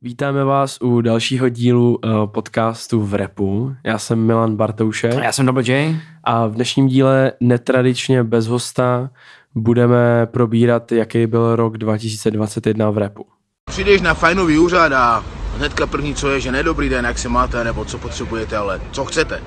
Vítáme vás u dalšího dílu podcastu v rapu. Já jsem Milan Bartoušek. Já jsem Double J. A v dnešním díle netradičně bez hosta budeme probírat, jaký byl rok 2021 v rapu. Přijdeš na fajnový úřad a hnedka první, co je, že nedobrý den, jak se máte, nebo co potřebujete, ale co chcete.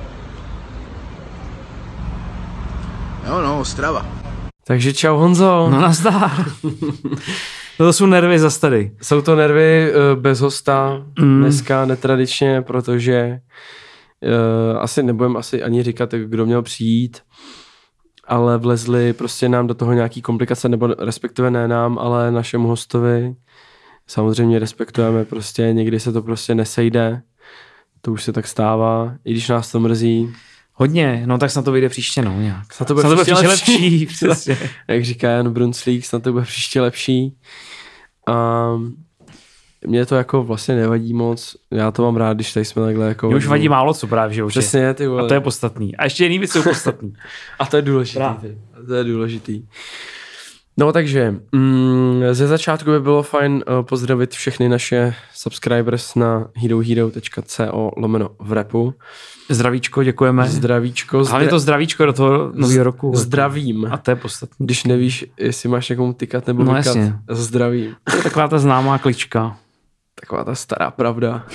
No, Ostrava. Takže čau Honzo. No nazdar. To jsou nervy zas tady. Jsou to nervy bez hosta dneska netradičně, protože asi nebudem ani říkat, kdo měl přijít, ale vlezli prostě nám do toho nějaký komplikace, nebo respektive ne nám, ale našemu hostovi. Samozřejmě respektujeme, prostě někdy se to prostě nesejde, to už se tak stává, i když nás to mrzí. Hodně, no tak snad to vyjde příště, no nějak. Snad to bude příště lepší. Jak říká Jan Brunslík, snad to bude příště lepší. A mě to jako vlastně nevadí moc, já to mám rád, když tady jsme takhle jako... Mě už vadí málo co právě v životě. Přesně, ty vole. A to je podstatný. A ještě jiný věci jsou podstatný. A to je důležitý. No takže, ze začátku by bylo fajn pozdravit všechny naše subscribers na herohero.co/vrapu. Zdravíčko, děkujeme. Zdravíčko. Hlavně to zdravíčko do toho nového roku. Zdravím. A to je podstatný. Když nevíš, jestli máš někomu tykat nebo vykat. Jasně. Zdravím. To je taková ta známá klička. Taková ta stará pravda.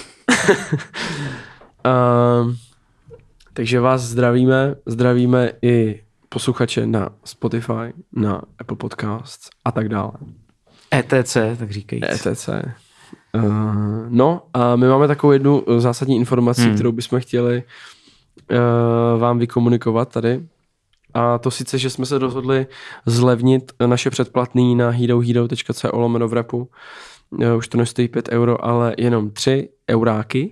Takže vás zdravíme i posluchače na Spotify, na Apple Podcasts a tak dále. ETC, tak říkajíc. ETC. No a my máme takovou jednu zásadní informaci, kterou bychom chtěli vám vykomunikovat tady. A to sice, že jsme se rozhodli zlevnit naše předplatný na herohero.co/vrapu. Už to nestojí 5 euro, ale jenom 3 euráky.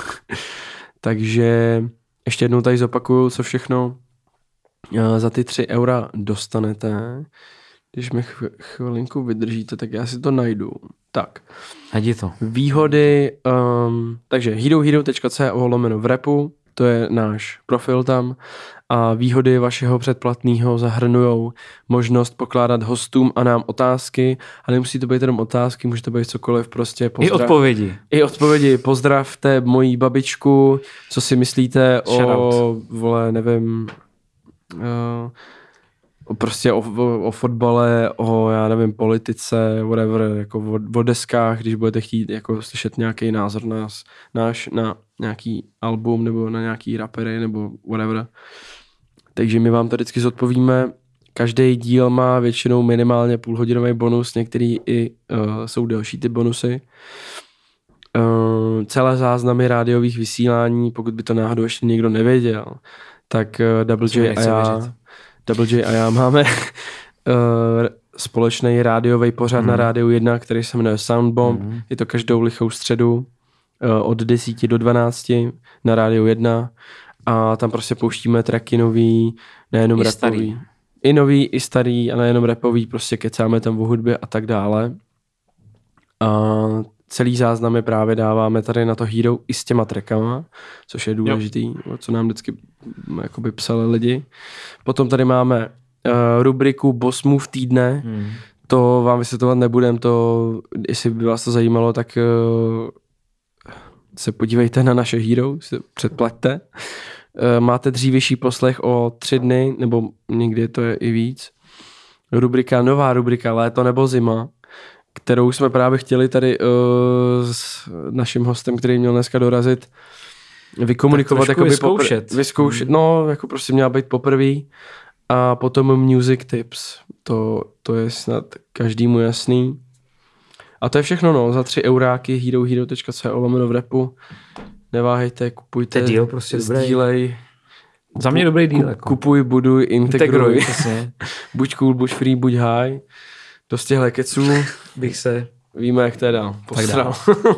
Takže ještě jednou tady zopakuju, co všechno za ty 3 eura dostanete. Když mi chvilinku vydržíte, tak já si to najdu. Tak. Hadi to. Výhody, takže herohero.co/vrapu, to je náš profil tam, a výhody vašeho předplatného zahrnujou možnost pokládat hostům a nám otázky, a nemusí to být jenom otázky, může to být cokoliv, prostě pozdrav. I odpovědi. Pozdravte moji babičku, co si myslíte prostě o fotbale, já nevím, politice, whatever, jako o deskách, když budete chtít jako slyšet nějaký názor náš na nějaký album nebo na nějaký rapery nebo whatever. Takže my vám to vždycky zodpovíme. Každý díl má většinou minimálně půlhodinový bonus, některý i jsou delší ty bonusy. Celé záznamy rádiových vysílání, pokud by to náhodou ještě někdo nevěděl, tak Double J a já máme společný rádiový pořad na Rádiu 1, který se jmenuje Soundbomb. Je to každou lichou středu od 10 do 12 na Rádiu 1 a tam prostě pouštíme tracky nový, nejenom rapový. I nový, i starý a nejenom rapový, prostě kecáme tam o hudbě a tak dále. A celý záznamy právě dáváme tady na to Hero i s těma trackama, což je důležitý, co nám vždycky jakoby psali lidi. Potom tady máme rubriku Boss Move týdne, to vám vysvětlovat nebudem, to, jestli by vás to zajímalo, tak se podívejte na naše Hero, si předplaťte. Máte dřívější poslech o 3 dny, nebo někdy to je i víc. Nová rubrika Léto nebo zima, kterou jsme právě chtěli tady s naším hostem, který měl dneska dorazit, vykomunikovat, jako vyzkoušet. No, jako prostě měla být poprvý. A potom music tips. To je snad každému jasný. A to je všechno, no, za 3 euráky herohero.co/vrapu. Neváhejte, kupujte, to je deal, prostě sdílej. Za mě dobrý deal. Jako. Kupuj, buduj, integruj. Přesně. Buď cool, buď free, buď high. Do těchto keců bych se... Víme, jak to je dál. Postral.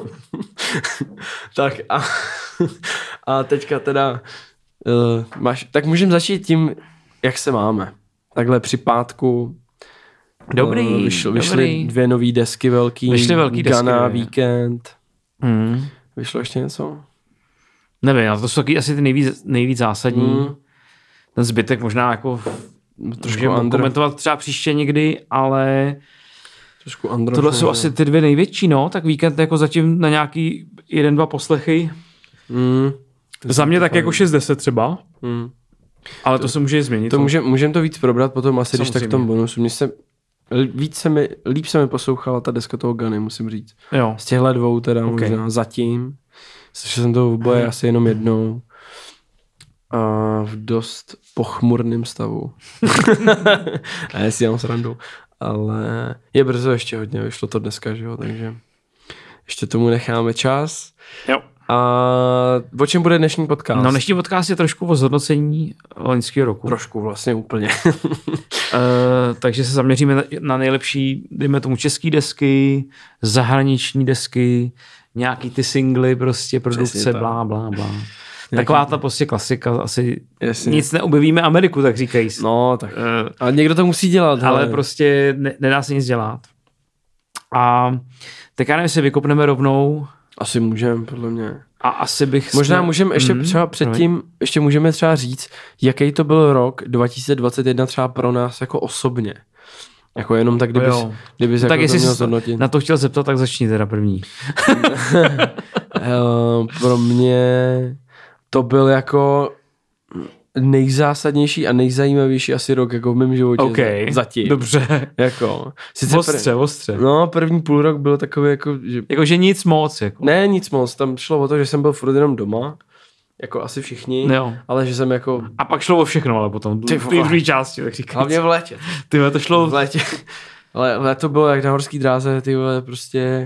Tak a teďka teda tak můžeme začít tím, jak se máme. Takhle při pátku. Vyšly 2 nový desky velký. Vyšly velký desky. Gana, Víkend. Vyšlo ještě něco? Nevím, to jsou taky asi ty nejvíc zásadní. Ten zbytek možná jako trošku komentovat třeba příště někdy, ale Trošku Androš. Tohle jsou asi ty 2 největší, no, tak Víkend jako zatím na nějaký 1-2 poslechy. Za mě tak jako 6-10 třeba. Ale to se může změnit. To můžeme to víc probrat potom asi, když tak v tom bonusu. Líp se mi poslouchala ta deska toho Gunny, musím říct. Jo. Z těchhle 2 teda možná zatím. Slyšel jsem to v boje asi jenom jednou. A v dost pochmurném stavu. Ne, si jenom srandu. Ale je brzo ještě hodně, vyšlo to dneska, že jo, takže ještě tomu necháme čas. Jo. A o čem bude dnešní podcast? No, dnešní podcast je trošku o zhodnocení loňského roku. Trošku vlastně úplně. Takže se zaměříme na nejlepší, dejme tomu, české desky, zahraniční desky, nějaký ty singly, prostě produkce, blá, blá, blá. Taková ta prostě klasika, asi nic neobjevíme Ameriku, tak říkají. No, tak. Ale někdo to musí dělat. Ale prostě nedá se nic dělat. A tak já nevím, jestli vykopneme rovnou. Asi můžeme, podle mě. A asi bych... Možná můžeme ještě třeba předtím, ještě můžeme třeba říct, jaký to byl rok 2021 třeba pro nás jako osobně. Jako jenom tak, kdybys tak jako jestli to měl zhodnotit. Na to chtěl zeptat, tak začni teda první. Pro mě to byl jako nejzásadnější a nejzajímavější asi rok jako v mém životě. Okay. Zatím. Dobře. Jako. Ostře. No, první půl rok byl takový jako... Jakože nic moc. Jako. Ne, nic moc. Tam šlo o to, že jsem byl furt jenom doma. Jako asi všichni. Jo. Ale že jsem jako... A pak šlo o všechno, ale potom. Ty v druhé části, tak říkám. Hlavně v létě. Ty to šlo... V létě. Ale léto bylo jak na horský dráze, ty vole, prostě...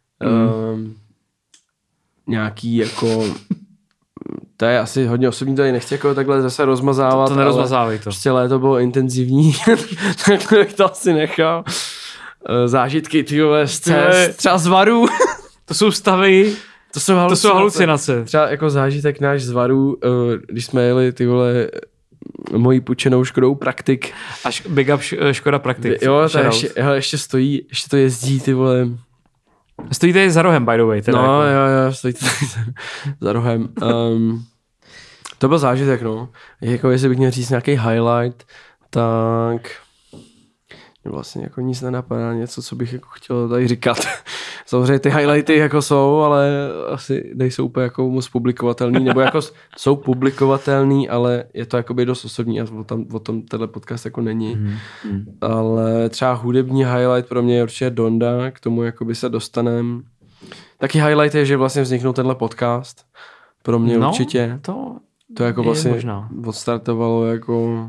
nějaký jako... To je asi hodně osobní, tady nechci jako takhle zase rozmazávat. To nerozmazávej to. Prostě léto bylo intenzivní, tak bych to asi nechal. Zážitky, ty vole, z cest, třeba z Varů. To jsou stavy, to jsou halucinace. Třeba jako zážitek náš z Varů, když jsme jeli, ty vole, mojí půjčenou Škodou Praktik. Až big up Škoda Praktik. Jo, to ještě stojí, ještě to jezdí, ty vole. Stojí tady za rohem, by the way. Teda no, jako. jo, stojí tady za rohem. To byl zážitek, no. Jako jestli bych měl říct nějaký highlight, tak vlastně jako nic nenapadá, něco, co bych jako chtěl tady říkat. Samozřejmě ty highlighty jako jsou, ale asi nejsou úplně jako moc publikovatelný, nebo jako jsou publikovatelný, ale je to jakoby dost osobní a o tom tenhle podcast jako není. Ale třeba hudební highlight pro mě je určitě Donda, k tomu jakoby se dostanem. Taky highlight je, že vlastně vzniknul tenhle podcast. Pro mě určitě. To jako vlastně možná odstartovalo jako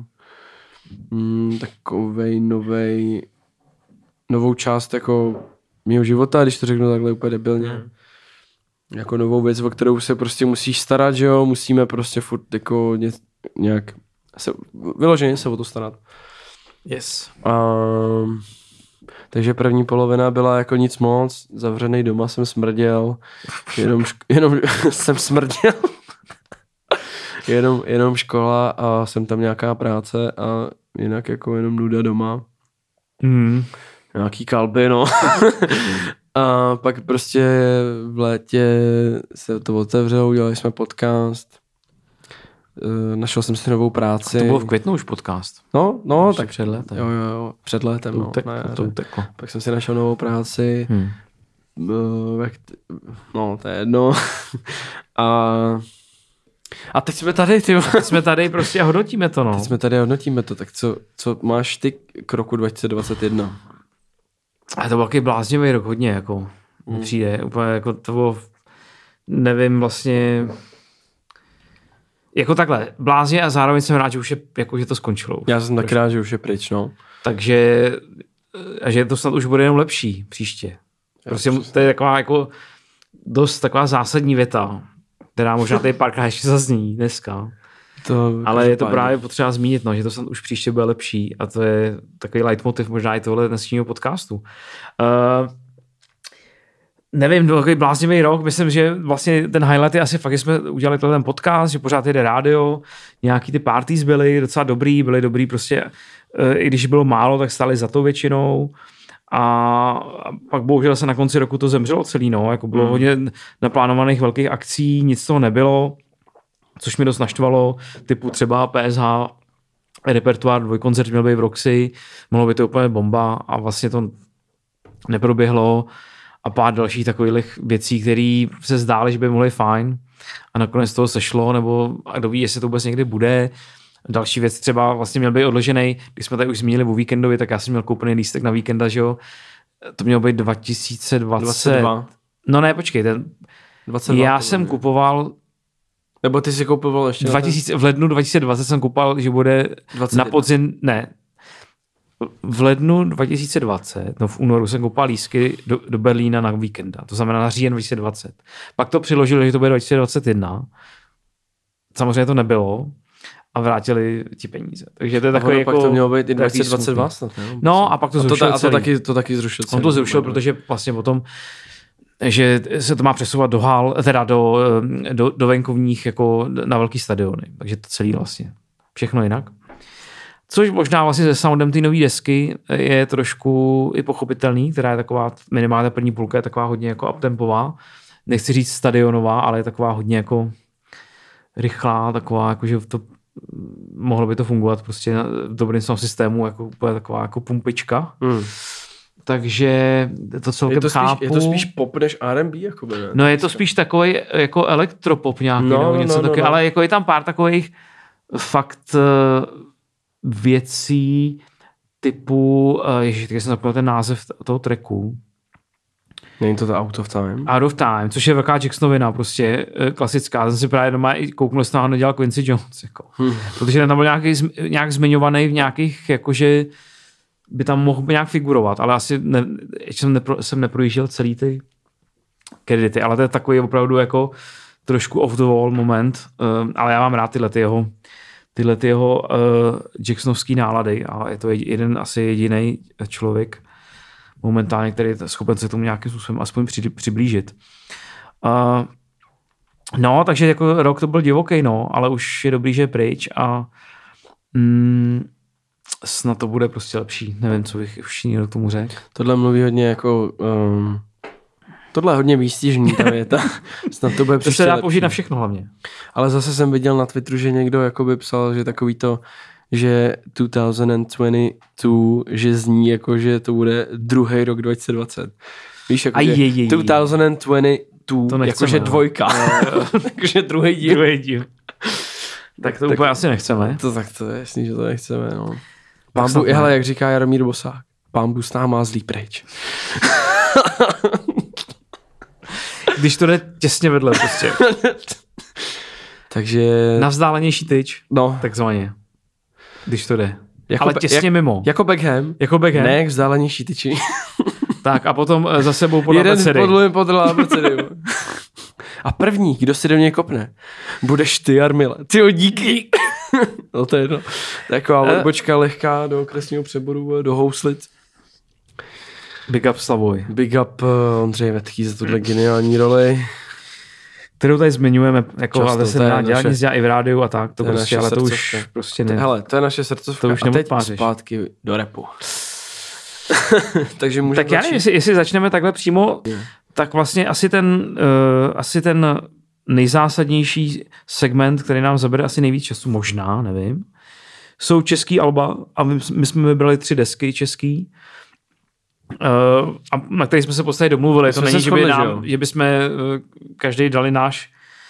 takovej novou část jako mýho života, když to řeknu takhle úplně debilně. Jako novou věc, o kterou se prostě musíš starat, že jo, musíme prostě furt jako nějak vyloženě se o to starat. Yes. Takže první polovina byla jako nic moc, zavřenej doma jsem smrděl, jenom jsem smrděl. Jenom škola a jsem tam nějaká práce a jinak jako jenom nuda doma. Nějaký kalby, no. A pak prostě v létě se to otevřelo, udělali jsme podcast. Našel jsem si novou práci. A to bylo v květnu už podcast. No, tak před létem. Jo, před létem. To uteklo. Pak jsem si našel novou práci. No, to je jedno. A teď jsme tady, ty. Teď jsme tady prostě a hodnotíme to, no. Teď jsme tady a hodnotíme to, tak co máš ty k roku 2021? A to byl takový bláznivý rok hodně, jako přijde. Úplně jako to bylo, nevím vlastně, jako takhle, blázně a zároveň jsem rád, že už je, jako, že to skončilo. Já jsem taky rád, že už je pryč, no. Takže, a že to snad už bude jenom lepší příště. Prostě to je taková jako dost taková zásadní věta, která možná tady párkrát ještě zazní dneska. Ale je to právě potřeba zmínit, no, že to snad už příště bude lepší a to je takový leitmotiv možná i tohle dnešního podcastu. Nevím, takový bláznivý rok, myslím, že vlastně ten highlight je asi fakt, že jsme udělali ten podcast, že pořád jede rádio, nějaký ty parties byly docela byly dobrý prostě, i když bylo málo, tak stáli za to většinou. A pak bohužel se na konci roku to zemřelo celý, no, jako bylo hodně naplánovaných velkých akcí, nic z toho nebylo, což mi dost naštvalo, typu třeba PSH, repertoár, dvojkoncert měl být v Roxy, mohlo by to úplně bomba a vlastně to neproběhlo a pár dalších takových věcí, které se zdály, že by mohly fajn a nakonec toho sešlo, nebo a kdo ví, jestli to vůbec někdy bude. Další věc třeba vlastně měl být odložený, když jsme tady už zmínili o víkendovi, tak já jsem měl koupený lístek na víkenda, že jo, to mělo být 2022. No ne, počkej, 22, já jsem kupoval. Nebo ty si kupoval ještě? V lednu 2020 jsem kupoval, že bude 21. Na podzim, ne. V lednu 2020, no v únoru jsem kupoval lístky do Berlína na víkenda, to znamená na říjen 2020. Pak to přiložili, že to bude 2021. Samozřejmě to nebylo a vrátili ti peníze. Takže to je takový jako... Pak to mělo být i 2022 snad, ne? No a pak to zrušil to taky zrušil celý. On to zrušil, protože vlastně potom že se to má přesouvat do hal, teda do venkovních jako na velký stadiony. Takže to celý vlastně. Všechno jinak. Což možná vlastně se soundem té nové desky je trošku i pochopitelný, která je taková, minimálně první půlka je taková hodně jako uptempová. Nechci říct stadionová, ale je taková hodně jako rychlá, taková jako, že to mohlo by to fungovat prostě v dobrém systému, jako úplně taková jako pumpička. Takže to celkem chápu. Je to spíš pop než R&B? Jakoby, ne? No je to spíš takový jako elektropop nějaký, ale jako je tam pár takových fakt věcí typu, teď jsem zapomněl ten název toho tracku. Není to Out of Time? Out of Time, což je velká Jacksonovina, prostě klasická. Jsem si právě doma i kouknul, jestli to nedělal Quincy Jones. Jako. Protože tam byl nějak zmiňovaný v nějakých, jakože by tam mohl nějak figurovat, ale asi jsem neprojížděl celý ty kredity, ale to je takový opravdu jako trošku off the wall moment, ale já mám rád tyhle jeho Jacksonovský nálady a je to jeden asi jediný člověk momentálně, který je schopen se tomu nějakým způsobem aspoň přiblížit. No, takže jako rok to byl divoký, no, ale už je dobrý, že je pryč a snad to bude prostě lepší. Nevím, co bych už někdo k tomu řekl. Tohle mluví hodně jako... tohle je hodně výstižný, ta věta. Snad to bude příště. To se dá použít na všechno hlavně. Ale zase jsem viděl na Twitteru, že někdo jakoby psal, že takový to, že 2022, že zní jako, že to bude druhý rok 2020. Víš, jako 2022, jakože dvojka. Takže druhý díl. Tak to úplně asi nechceme. Tak to je jasný, že to nechceme, no. Hele, jak říká Jaromír Bosák, Pán Bůh s náma zlý pryč. Když to jde těsně vedle prostě. Takže... Na vzdálenější tyč, no. Takzvaně. Když to jde. Ale těsně mimo. Jako Beckham. Ne, k vzdálenější tyči. Tak a potom za sebou podle abecedy. Jeden podle abecedy. A první, kdo si do něj kopne, budeš ty, Jarmile. Tyjo, díky. No to je jedno. Taková odbočka lehká do okresního přeboru, do houslic. Big up Slavoj. Big up Ondřej Vetký za tuhle geniální roli. Kterou tady zmiňujeme, jako ale se dá dělat, nic dělá i v rádiu a tak, to prostě, ale to už prostě ne. Hele, to je naše srdcovka. To už a teď zpátky do rapu. Takže můžeme tak já nevím, jestli začneme takhle přímo, tak vlastně asi ten nejzásadnější segment, který nám zabere asi nejvíc času, možná, nevím, jsou český alba a my jsme vybrali 3 desky český, a na který jsme se v podstatě domluvili. To není, že bychom každý dali náš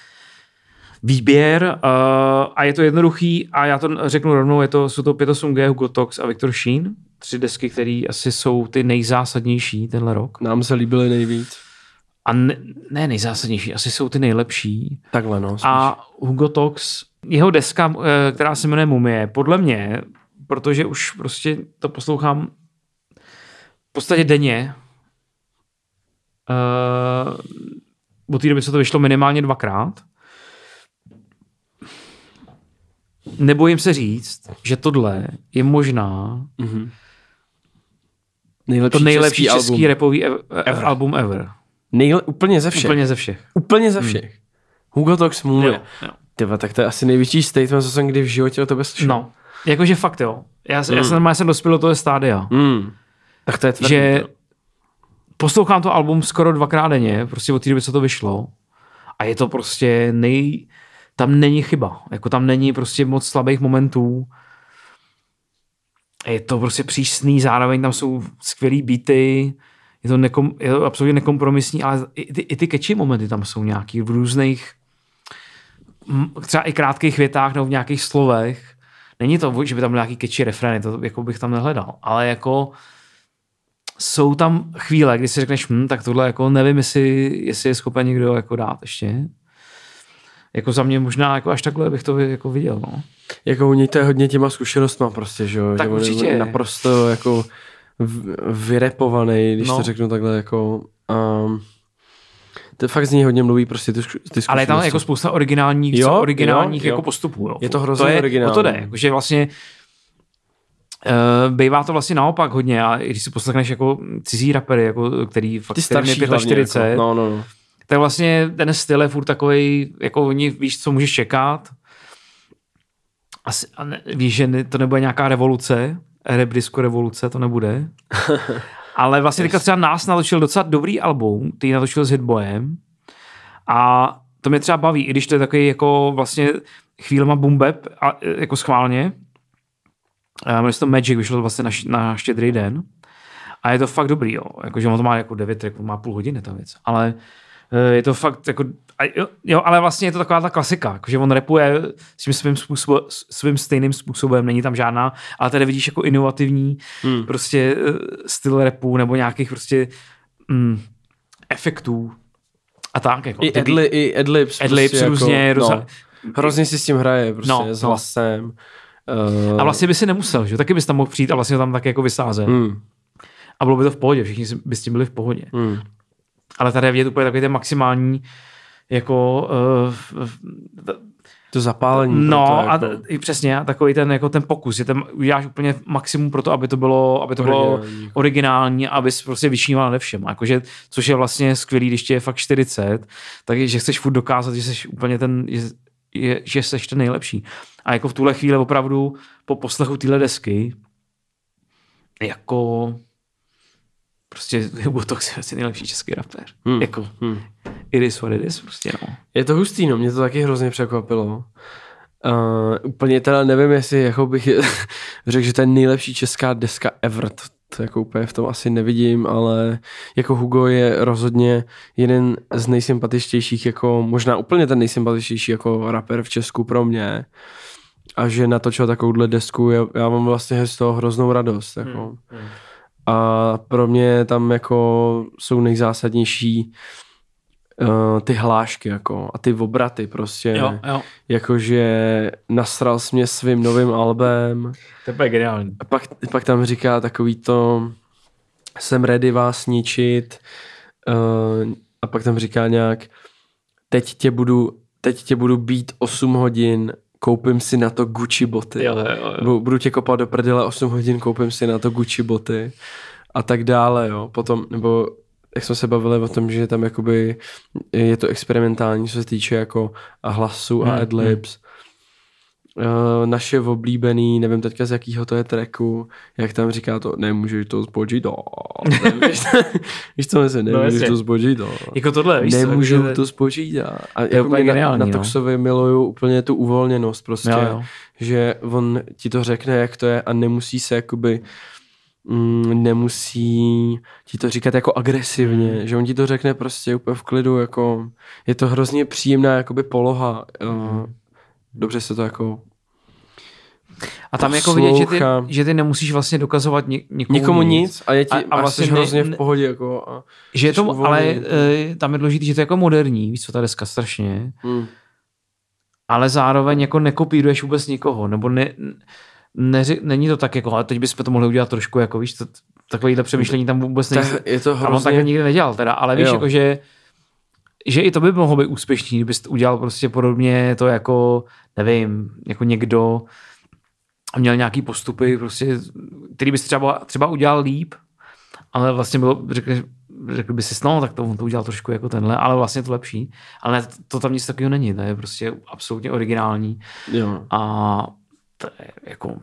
výběr a je to jednoduchý a já to řeknu rovnou, jsou to Pěto Sungé, Hugo Tox a Viktor Šín. 3 desky, které asi jsou ty nejzásadnější tenhle rok. Nám se líbily nejvíc. A ne nejzásadnější, asi jsou ty nejlepší. Takhle no. Spíš. A Hugo Tox, jeho deska, která se jmenuje Mumie, podle mě, protože už prostě to poslouchám v podstatě denně, od té doby, co to vyšlo minimálně 2krát, nebojím se říct, že tohle je možná nejlepší český rapový album ever. Úplně ze všech. Úplně ze všech. Hugo Tox Mumie. Tyba, tak to je asi největší statement, co jsem kdy v životě o tebe slyšel. No, jakože fakt jo. Já jsem dospěl do toho stádia. Tak to je tvrdý. Že poslouchám to album skoro 2krát denně, prostě od té doby, co to vyšlo. A je to prostě tam není chyba. Jako tam není prostě moc slabých momentů. Je to prostě přísný, zároveň tam jsou skvělý beaty, je to absolutně nekompromisní, ale i ty catchy momenty tam jsou nějaký v různých třeba i krátkých větách nebo v nějakých slovech. Není to, že by tam byly nějaký catchy refrény, to jako bych tam nehledal, ale jako jsou tam chvíle, kdy si řekneš, tak tohle jako nevím, jestli je schopen někdo jako dát ještě. Jako za mě možná jako až takhle bych to jako viděl, no. Jako u něj to je hodně těma zkušenostma prostě, že jo? Tak že určitě. Je naprosto jako vyrepovaný, když to řeknu takhle jako... to fakt z něj hodně mluví prostě ty zkušenosti. Ale je tam jako spousta originálních jako postupů. Jo. Je to hrozně originální. O to jde, že vlastně bývá to vlastně naopak hodně a když si poslechneš jako cizí rapery, jako, který fakt ty starší 45, jako, no. tak vlastně ten styl je furt takovej, jako oni víš, co můžeš čekat. Víš, že to nebude nějaká revoluce, rap disco revoluce, to nebude. Ale vlastně teďka třeba nás natočil docela dobrý album, který natočil s Hitboyem a to mě třeba baví, i když to je takový jako vlastně chvílema boom bap a jako schválně. Jmenuje se to Magic, vyšlo vlastně na Štědrý den a je to fakt dobrý, jo. Jakože on to má jako 9 tracků, má půl hodiny ta věc, ale je to fakt jako, jo, ale vlastně je to taková ta klasika, jakože on rapuje svým stejným způsobem, není tam žádná, ale tady vidíš jako inovativní prostě styl rapu nebo nějakých prostě efektů a tak. Jako, I adlibs prostě různě. Jako, hrozně si s tím hraje prostě s hlasem. A vlastně by si nemusel, že? Taky bys tam mohl přijít a vlastně tam tak jako vysázet. A bylo by to v pohodě, všichni by s tím byli v pohodě. Ale tady je vidět úplně takový ten maximální jako to zapálení. No a i přesně takový ten jako ten pokus, že tam uděláš úplně maximum pro to, aby to bylo originální, aby jsi prostě vyčníval nade všem. Jakože, což je vlastně skvělý, když tě je fakt 40, takže chceš furt dokázat, že jsi úplně že jsi ten nejlepší. A jako v tuhle chvíli opravdu po poslechu téhle desky jako prostě Botox je asi nejlepší český rapper. Jako it is what it is prostě, no. Je to hustý, no, mě to taky hrozně překvapilo. Úplně teda nevím, jestli jako bych řekl, že to je nejlepší česká deska ever. To jako úplně v tom asi nevidím, ale jako Hugo je rozhodně jeden z nejsympatičtějších, jako možná úplně ten nejsympatičtější jako rapper v Česku pro mě. A že natočil takovouhle desku, já mám vlastně z toho hroznou radost. Jako. A pro mě tam jako jsou nejzásadnější ty hlášky jako, a ty obraty prostě. Jo. Jakože nasral jsi mě svým novým albem. To je geniální. A pak tam říká takový to jsem ready vás ničit. A pak tam říká nějak teď tě budu být 8 hodin, koupím si na to Gucci boty. Jo. Budu tě kopat do prdele 8 hodin, koupím si na to Gucci boty. A tak dále, jo. Potom, nebo jak jsme se bavili o tom, že tam jakoby je to experimentální, co se týče jako hlasu a adlibs. Naše oblíbený, nevím teďka z jakýho to je tracku, jak tam říká to, nemůžeš to zbožit, víš co myslím, nemůžeš to zbožit, jako tohle, víš nemůžu to zbožit a jako na Toxovi miluju úplně tu uvolněnost prostě, že on ti to řekne, jak to je a nemusí se jakoby nemusí ti to říkat jako agresivně, že on ti to řekne prostě úplně v klidu, jako je to hrozně příjemná jakoby poloha. Dobře se to jako a tam jako vidět, že ty nemusíš vlastně dokazovat nikomu nic a je ti a vlastně hrozně v pohodě jako a že je to, ale tam je důležitý, že to je jako moderní, víš co, ta deska strašně, ale zároveň jako nekopíruješ vůbec nikoho, nebo není to tak jako, ale teď bychom to mohli udělat trošku jako, víš, takovýhle přemýšlení tam vůbec není. Je to hrozně... A on takhle nikdy nedělal teda, ale víš, jako, že i to by mohlo být úspěšný, kdybyste udělal prostě podobně to jako, nevím, jako někdo a měl nějaký postupy, prostě, který bys třeba udělal líp, ale vlastně řekl by si, no, tak to on to udělal trošku jako tenhle, ale vlastně to lepší. Ale ne, to tam nic takového není, to je prostě absolutně originální. Jo. A to je jako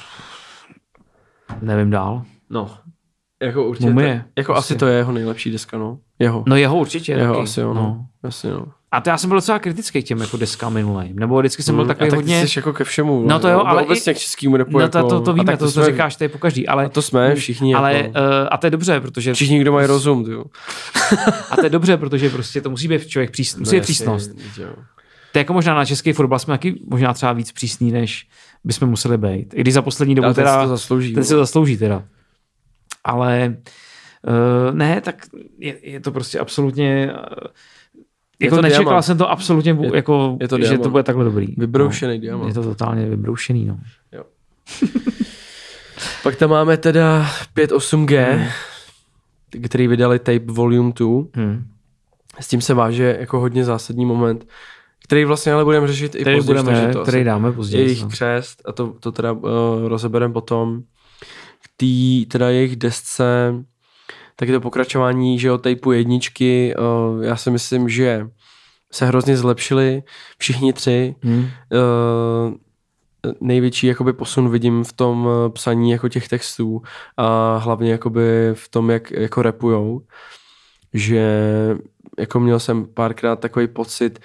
nevím dál. No, jako určitě. Jako prostě. Asi to je jeho nejlepší deska, no. No jeho určitě. Jeho taky. asi jo, no. Asi, no. A to já jsem byl docela kritický k těm jako deskám minulej. Nebo vždycky jsem byl takový tak hodně... ty jsi jako ke všemu. No to jo, ale obecně k českému rapu. No jako... to víme, to jsme... říkáš, to je pokaždý. Ale... A to jsme všichni. Ale, jako... a to je dobře, protože... Všichni, kdo mají rozum, jo. A to je dobře, protože prostě to musí být člověk musí být přísnost. To je jako možná na český fotbal jsme taky možná třeba víc přísný, než bychom museli být. I když za poslední dobu teda... Ten si to zaslouží teda. Ale ne, tak je to prostě absolutně... Jako nečekal diamant. Jsem to absolutně, jako, je to že to bude takhle dobrý. Vybroušený diamant. Je to totálně vybroušený, no. Jo. Pak tam máme teda 5.8G, který vydali Tape Volume 2. S tím se váže jako hodně zásadní moment, který vlastně ale budeme řešit i později. Který dáme později. Jejich křest, a to teda rozebereme potom. K té teda jejich desce, tak je to pokračování, že o Tapeu 1, já si myslím, že se hrozně zlepšili všichni tři. Největší jakoby posun vidím v tom psaní jako těch textů a hlavně jakoby v tom, jak jako rapujou, že jako měl jsem párkrát takový pocit,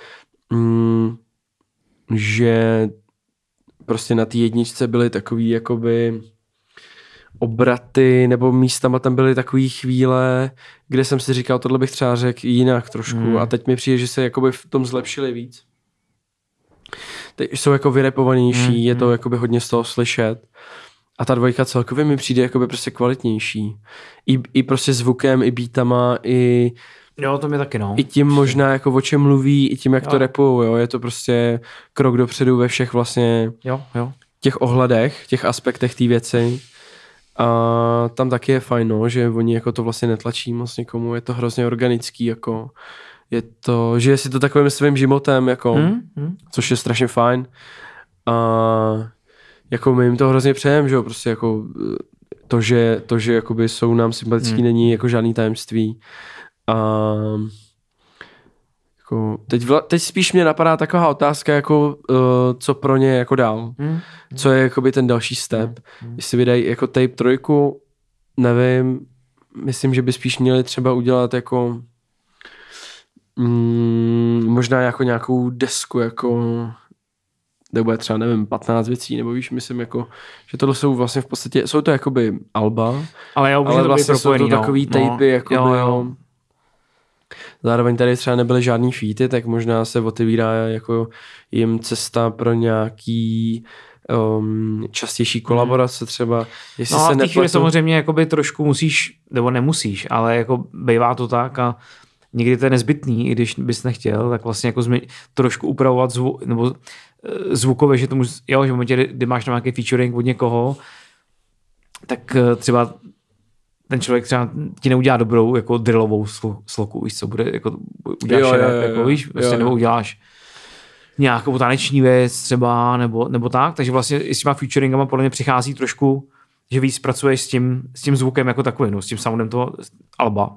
že prostě na té jedničce byly takový jakoby obraty, nebo místama tam byly takový chvíle, kde jsem si říkal, tohle bych třeba řekl jinak trošku a teď mi přijde, že se jakoby v tom zlepšili víc. Teď jsou jako vyrepovanější, je to jakoby hodně z toho slyšet a ta dvojka celkově mi přijde jakoby prostě kvalitnější. I prostě zvukem, i beatama, i jo, to mi taky, no. I tím možná jako o čem mluví, i tím, jak to rapujou, jo. Je to prostě krok dopředu ve všech vlastně těch ohledech, těch aspektech té věci. A tam taky je fajn, no, že oni jako to vlastně netlačí moc někomu, je to hrozně organický, jako je to, žije si to takovým svým životem, jako, což je strašně fajn. A jako my jim to hrozně přejeme, že jo, prostě jako to, že jakoby jsou nám sympatický, není jako žádný tajemství. A jako teď spíš mě napadá taková otázka, jako co pro ně jako dál. Co je jakoby ten další step. Jestli vydají jako Tape 3, nevím, myslím, že by spíš měli třeba udělat jako možná jako nějakou desku, jako kde bude třeba, nevím, 15 věcí, nebo víš, myslím, jako, že tohle jsou vlastně v podstatě, jsou to jakoby alba, ale vlastně jsou to takový tapy, jakoby, jo. Zároveň tady třeba nebyly žádný featy, tak možná se otevírá jako jim cesta pro nějaký častější kolaborace třeba. Jestli no se a v té chvíli samozřejmě jakoby trošku musíš, nebo nemusíš, ale jako bývá to tak a někdy to je nezbytný, i když bys nechtěl, tak vlastně jako trošku upravovat nebo zvukově, že tomu, jo, že v momentě, kdy máš tam nějaký featuring od někoho, tak třeba ten člověk třeba ti neudělá dobrou jako drillovou sloku, víš co, bude jako uděláš jako víš, prostě nebo uděláš nějakou taneční věc třeba, nebo tak, takže vlastně i s těma featuringama podle mě přichází trošku, že víc pracuješ s tím zvukem jako takovým, no, s tím soundem toho alba.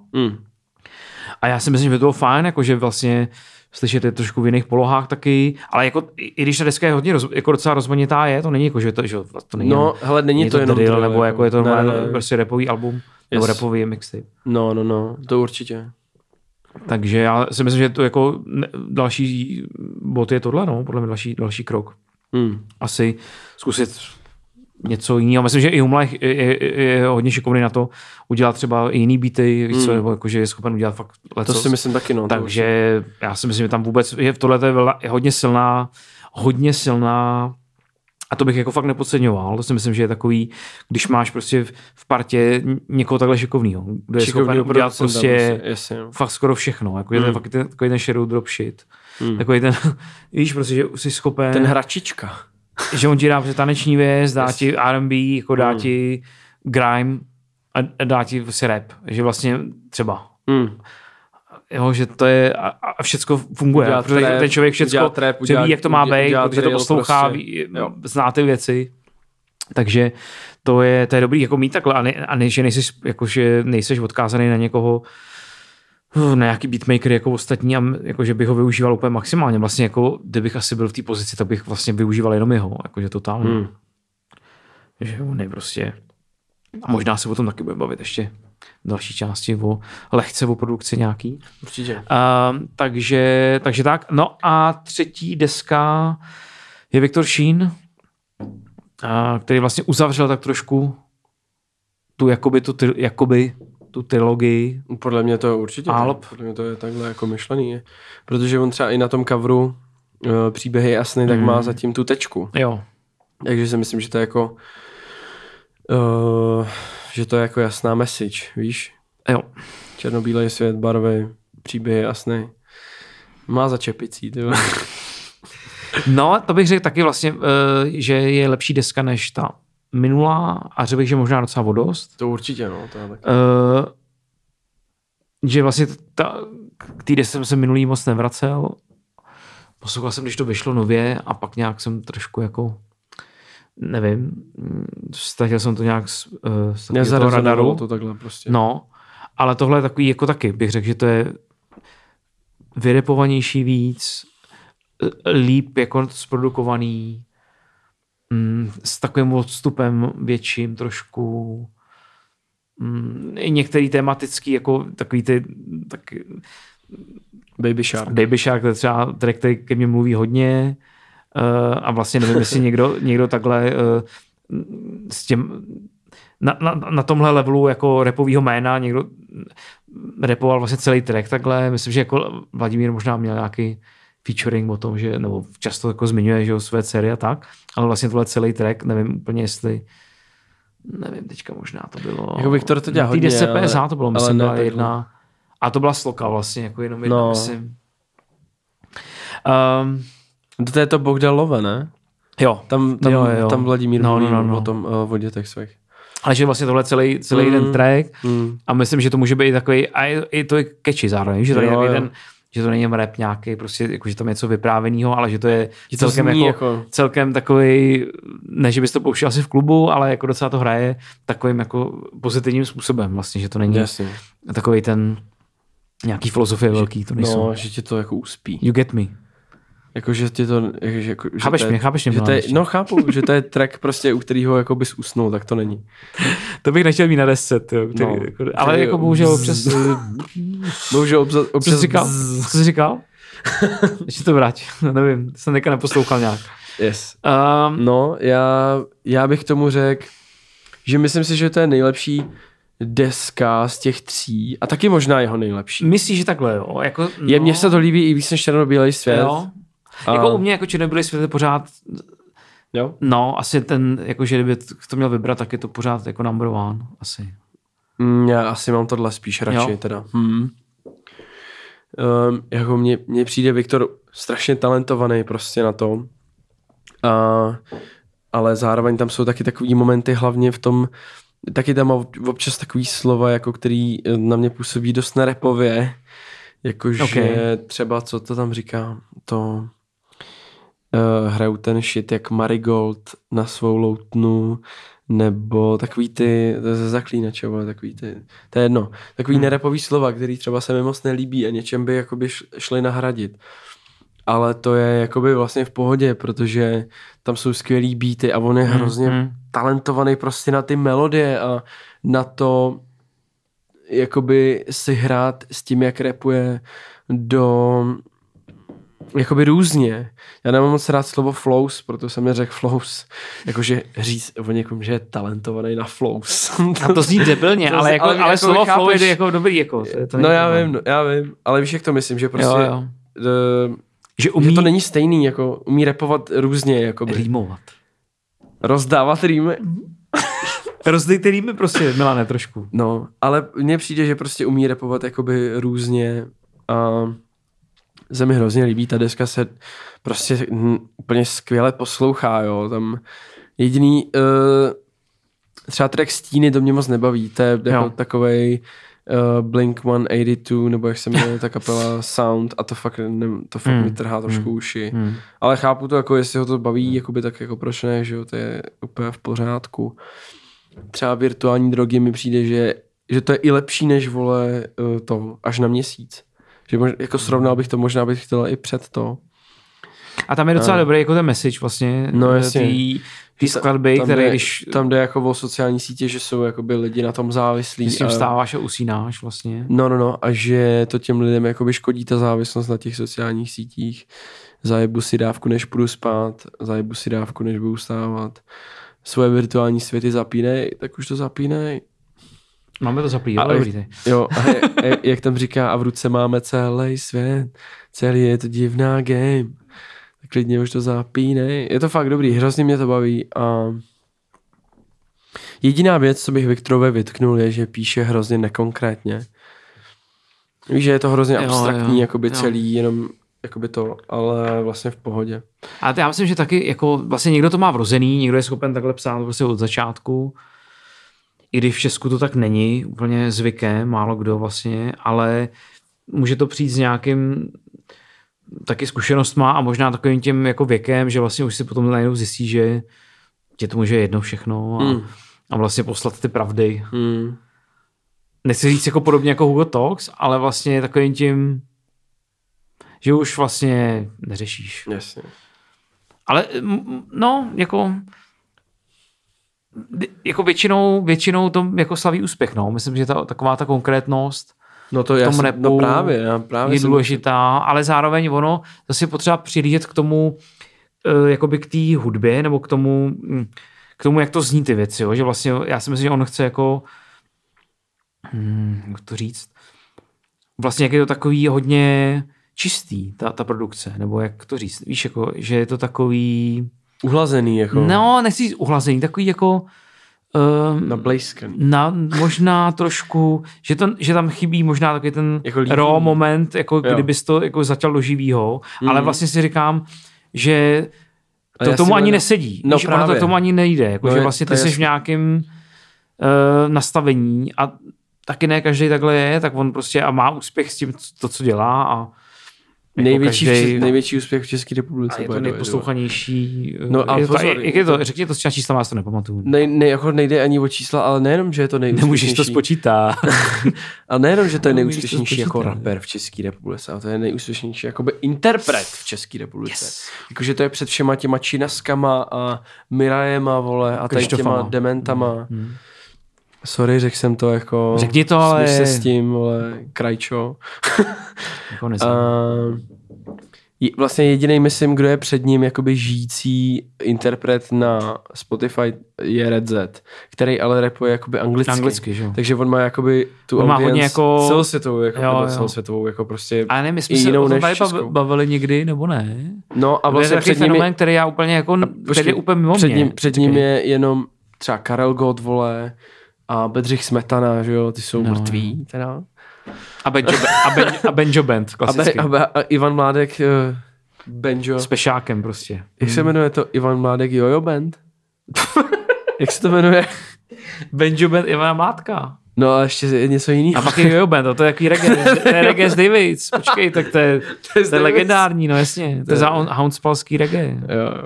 A já si myslím, že by to bylo fajn, jakože vlastně slyšet je trošku v jiných polohách taky, ale jako, i když ta deska je hodně jako docela rozmanitá je, to není jako, že to není no, hele, není to jenom drill, nebo jako je to prostě rapový album, nebo rapový mixtape. No, to určitě. Takže já si myslím, že to jako další bod je tohle, no, podle mě další krok. Asi zkusit něco jiného. Myslím, že i Humla je hodně šikovný na to udělat třeba i jiný beaty, víc co, nebo jakože je schopen udělat fakt lecos. To si myslím taky, no. Takže já si myslím, že tam vůbec tohle je hodně silná a to bych jako fakt nepodceňoval. To si myslím, že je takový, když máš prostě v partě někoho takhle šikovnýho, kdo je schopen udělat prostě fakt skoro všechno. Jako je to fakt takový ten shadow drop shit. Takový ten, víš, prostě, že jsi schopen... Ten hračička. Že on ti dá taneční věc, dá ti R&B, jako dá ti grime a dá ti prostě rap. Že vlastně třeba. Jo, že to je a všecko funguje. Protože ten člověk všecko ví, jak to má být, protože to poslouchá, prostě, zná ty věci. Takže to je dobrý jako mít takhle a ne, že nejseš odkázaný na někoho, na nějaký beatmaker jako ostatní a jako, že bych ho využíval úplně maximálně. Vlastně jako, kdybych asi byl v té pozici, tak bych vlastně využíval jenom jeho, jakože totálně. Že on je prostě... A možná se o tom taky budeme bavit ještě další části lehce o produkci nějaký. Určitě. Takže tak. No a třetí deska je Viktor Sheen, který vlastně uzavřel tak trošku tu trilogii. Podle mě to určitě. Podle mě to je takhle jako myšlený. Protože on třeba i na tom coveru příběhy jasný, tak má zatím tu tečku. Jo. Takže si myslím, že to je jako že to je jako jasná message, víš? Jo. Černobílej svět, barvy, příběhy jasný. Má začepicí, ty. No, to bych řekl taky vlastně, že je lepší deska než ta minulá a řekl bych, že možná docela o dost. To určitě, no. To je taky. Že vlastně k té desce jsem se minulý moc nevracel. Poslouchal jsem, když to vyšlo nově a pak nějak jsem trošku jako nevím, ztratil jsem to nějak z toho radaru. To takhle prostě. No, ale tohle je takový jako taky, bych řekl, že to je vyrepovanější víc, líp jako zprodukovaný, s takovým odstupem větším trošku. I některý tematický, jako takový ty taky, Baby Shark. Baby Shark, to je třeba track, který ke mně mluví hodně a vlastně nevím, jestli někdo takhle s tím na tomhle levelu jako rapovýho jména někdo rapoval vlastně celý track takhle. Myslím, že jako Vladimír možná měl nějaký featuring o tom, že nebo často jako zmiňuje, že své dcery a tak, ale vlastně tohle celý track, nevím úplně jestli nevím, teďka možná to bylo jako Viktor to dělá hodně, PSA to bylo, myslím, byla jedna a to byla sloka vlastně, jako jenom jedna, myslím. To je to Bogdalové, ne? Jo. Tam Vladimír mluví o tom o dětech svých. Ale že vlastně tohle celý jeden track a myslím, že to může být takový, a i to je catchy zároveň, že to je jeden, že to není rap nějaký, prostě jako, že tam je něco vyprávěného, ale že to je celkem takový, ne, že bys to pouštěl asi v klubu, ale jako docela to hraje takovým jako pozitivním způsobem vlastně, že to není takový ten nějaký filozofie velký, to nejsou. No, že tě to jako uspí. You get me. Jako, že ti to... Chápeš mě. Chápu, že to je track prostě, u kterého jako bys usnul, tak to není. To bych nechtěl mít na desce, ale jako bohužel občas... občas říkal? Co jsi říkal? Ještě to vrať, nevím, jsem teďka neposlouchal nějak. Yes. No, já bych tomu řekl, že myslím si, že to je nejlepší deska z těch 3 a taky možná jeho nejlepší. Myslíš, že takhle, jo? Jako, mně se to líbí i víc než Černobílej svět. Jo. Jako u mě jako Černobílej svět je pořád jo? No, asi ten, jakože kdyby to měl vybrat, tak je to pořád jako number one, asi. Já asi mám tohle spíš radši, teda. Jako mně přijde Viktor strašně talentovaný prostě na to. Ale zároveň tam jsou taky takový momenty, hlavně v tom, taky tam má občas takový slova, jako který na mě působí dost nerapově. Jakože třeba, co to tam říká, to hrajou ten shit jak Marigold na svou loutnu, nebo takový ty, ze Zaklínačova, takový ty, to je jedno, takový nerapový slova, který třeba se mi moc nelíbí a něčem by jakoby šli nahradit. Ale to je jakoby vlastně v pohodě, protože tam jsou skvělý beaty a on je hrozně talentovaný prostě na ty melodie a na to jakoby si hrát s tím, jak rapuje do jakoby různě. Já nemám moc rád slovo flows, proto jsem neřekl flows. Jakože říct o někom, že je talentovaný na flows. A to zní debilně, ale jako slovo flow je jako dobrý. Jako, to no já vím, ale víš, jak to myslím, že prostě že umí... Že to není stejný, jako umí rapovat různě. Jakoby. Rýmovat. Rozdávat rýmy. Rozdejte rýmy prostě, Milane, trošku. No, ale mně přijde, že prostě umí rapovat jakoby různě a se mi hrozně líbí, ta deska se prostě úplně skvěle poslouchá, jo, tam jediný třeba track Stíny to mě moc nebaví, to je jako takovej Blink 182, nebo jak se jmenuje ta kapela Sound a to fakt mi trhá trošku uši. Ale chápu to, jako jestli ho to baví, jakoby, tak jako proč ne, že jo, to je úplně v pořádku. Třeba Virtuální drogy mi přijde, že to je i lepší než vole to až na měsíc. Že jako srovnal bych to, možná bych chtěl i před to. A tam je docela dobrý jako ten message vlastně. No jasně. Ty skladby, které když... Tam jde jako o sociální sítě, že jsou jakoby lidi na tom závislí. Když s tím vstáváš a usínáš vlastně. No. A že to těm lidem jakoby škodí ta závislost na těch sociálních sítích. Zajebu si dávku, než půjdu spát. Zajebu si dávku, než budu vstávat. Svoje virtuální světy zapínej, tak už to zapínej. Máme to zaplývat, dobrý. Jo, a jak tam říká, a v ruce máme celý svět. Celý je to divná game. Tak klidně už to zapínej. Je to fakt dobrý, hrozně mě to baví a jediná věc, co bych Viktorovi vytknul, je, že píše hrozně nekonkrétně. Víš, že je to hrozně abstraktní, jakoby celý, jenom jakoby to, ale vlastně v pohodě. A já myslím, že taky jako vlastně někdo to má vrozený, někdo je schopen takhle psát prostě od začátku. I když v Česku to tak není úplně zvykem, málo kdo vlastně, ale může to přijít s nějakým taky zkušenostma a možná takovým tím jako věkem, že vlastně už si potom najednou zjistí, že tě to může jedno všechno a vlastně poslat ty pravdy. Nechci říct jako podobně jako Hugo Talks, ale vlastně takovým tím, že už vlastně neřešíš. Jasně. Ale no, jako většinou to jako slaví úspěch, no. Myslím, že taková ta konkrétnost no to v tom rapu no právě je důležitá, ale zároveň ono zase potřeba přihlížet k tomu, jakoby k té hudbě, nebo k tomu, jak to zní ty věci, jo? Že vlastně já si myslím, že on chce jako jak to říct, vlastně jak je to takový hodně čistý, ta produkce, nebo jak to říct, víš, jako, že je to takový uhlazený, jako. No, nechci říct uhlazený, takový jako nablejskaný. Možná trošku, že tam chybí možná takový ten jako raw moment, jako kdybys to jako zatěl do živýho, ale vlastně si říkám, že to tomu ani nesedí. No právě. To tomu ani nejde, jako, že vlastně ty jsi v nějakém nastavení a taky ne každý takhle je, tak on prostě a má úspěch s tím, to, co dělá a největší úspěch v České republice. A je to nejposlouchanější. No a jak je to? Řekni to s čísla, já to nepamatuju. Jako nejde ani o čísla, ale nejenom, že je to nejúspěšnější. Nemůžeš to spočítat. Ale nejenom, že to je nejúspěšnější jako rapper v České republice, ale to je nejúspěšnější jakoby interpret v České republice. Yes. Jakože to je před všema těma Činaskama a Mirajema, vole, a tady těma dementama. Sorry, řekl jsem to jako... Řekni to, ale... Smíš se s tím, vole, krajčo. Vlastně jedinej, myslím, kdo je před ním jakoby žijící interpret na Spotify je Red Z, který ale rapuje jakoby anglicky, že? Takže on má jakoby tu audience jako... celosvětovou, jako prostě ale ne, my jsme se o tom tady bavili někdy, nebo ne? No a vlastně před ním fenomén, který já úplně jako... který je úplně mimo mě. Před ním je jenom třeba Karel Gott, vole, a Bedřich Smetana, že jo, ty jsou mrtví, teda. A Benjo Band, klasicky. A Ivan Mládek, Benjo. S Pešákem prostě. Jak se jmenuje to Ivan Mládek Jojo Band? Jak se to jmenuje? Benjo Band Ivana Mládka. No a ještě je něco jiného. A pak je Jojo Band, to je jaký reggae. To je reggae z Davids, počkej, tak to je legendární, no jasně. To je houndspalský reggae. Jo.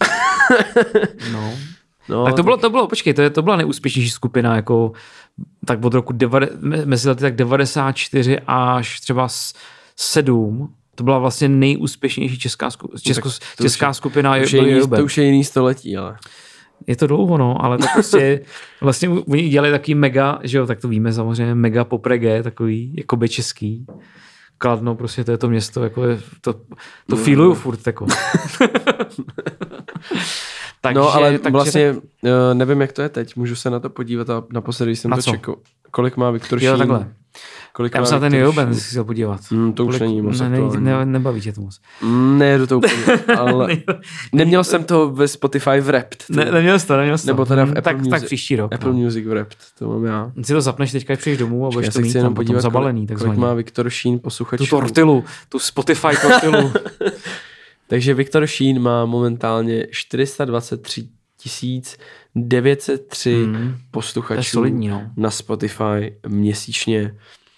No, tak to bylo, počkej, to byla nejúspěšnější skupina, jako tak od roku mezi lety tak 94 až třeba 7, to byla vlastně nejúspěšnější česká skupina. To už je jiný století, ale. Je to dlouho, no, ale tak prostě vlastně oni dělali takový mega, že jo, tak to víme samozřejmě, mega pop reggae, takový, jakoby český. Kladno, prostě to je to město, jako je, to feeluju furt, jako. Takže, no, ale vlastně nevím, jak to je teď. Můžu se na to podívat a naposledy jsem to čekal. Kolik má Viktor Šín? Jo, takhle. Já jsem na ten Joben si chtěl podívat. To už není moc nebaví tě to moc. Nejedu to úplně, ale neměl jsem to ve Spotify Wrapped. Neměl jsi to. Nebo teda v Apple Music. Tak příští rok. Apple Music Wrapped, to mám já. Si to zapneš teďka, přijdeš domů a budeš to mít tam potom zabalený. Kolik má Viktor Šín posluchačů. Tu tortilu, tu Spotify tortilu. Takže Viktor Šín má momentálně 423 903 posluchačů na Spotify měsíčně.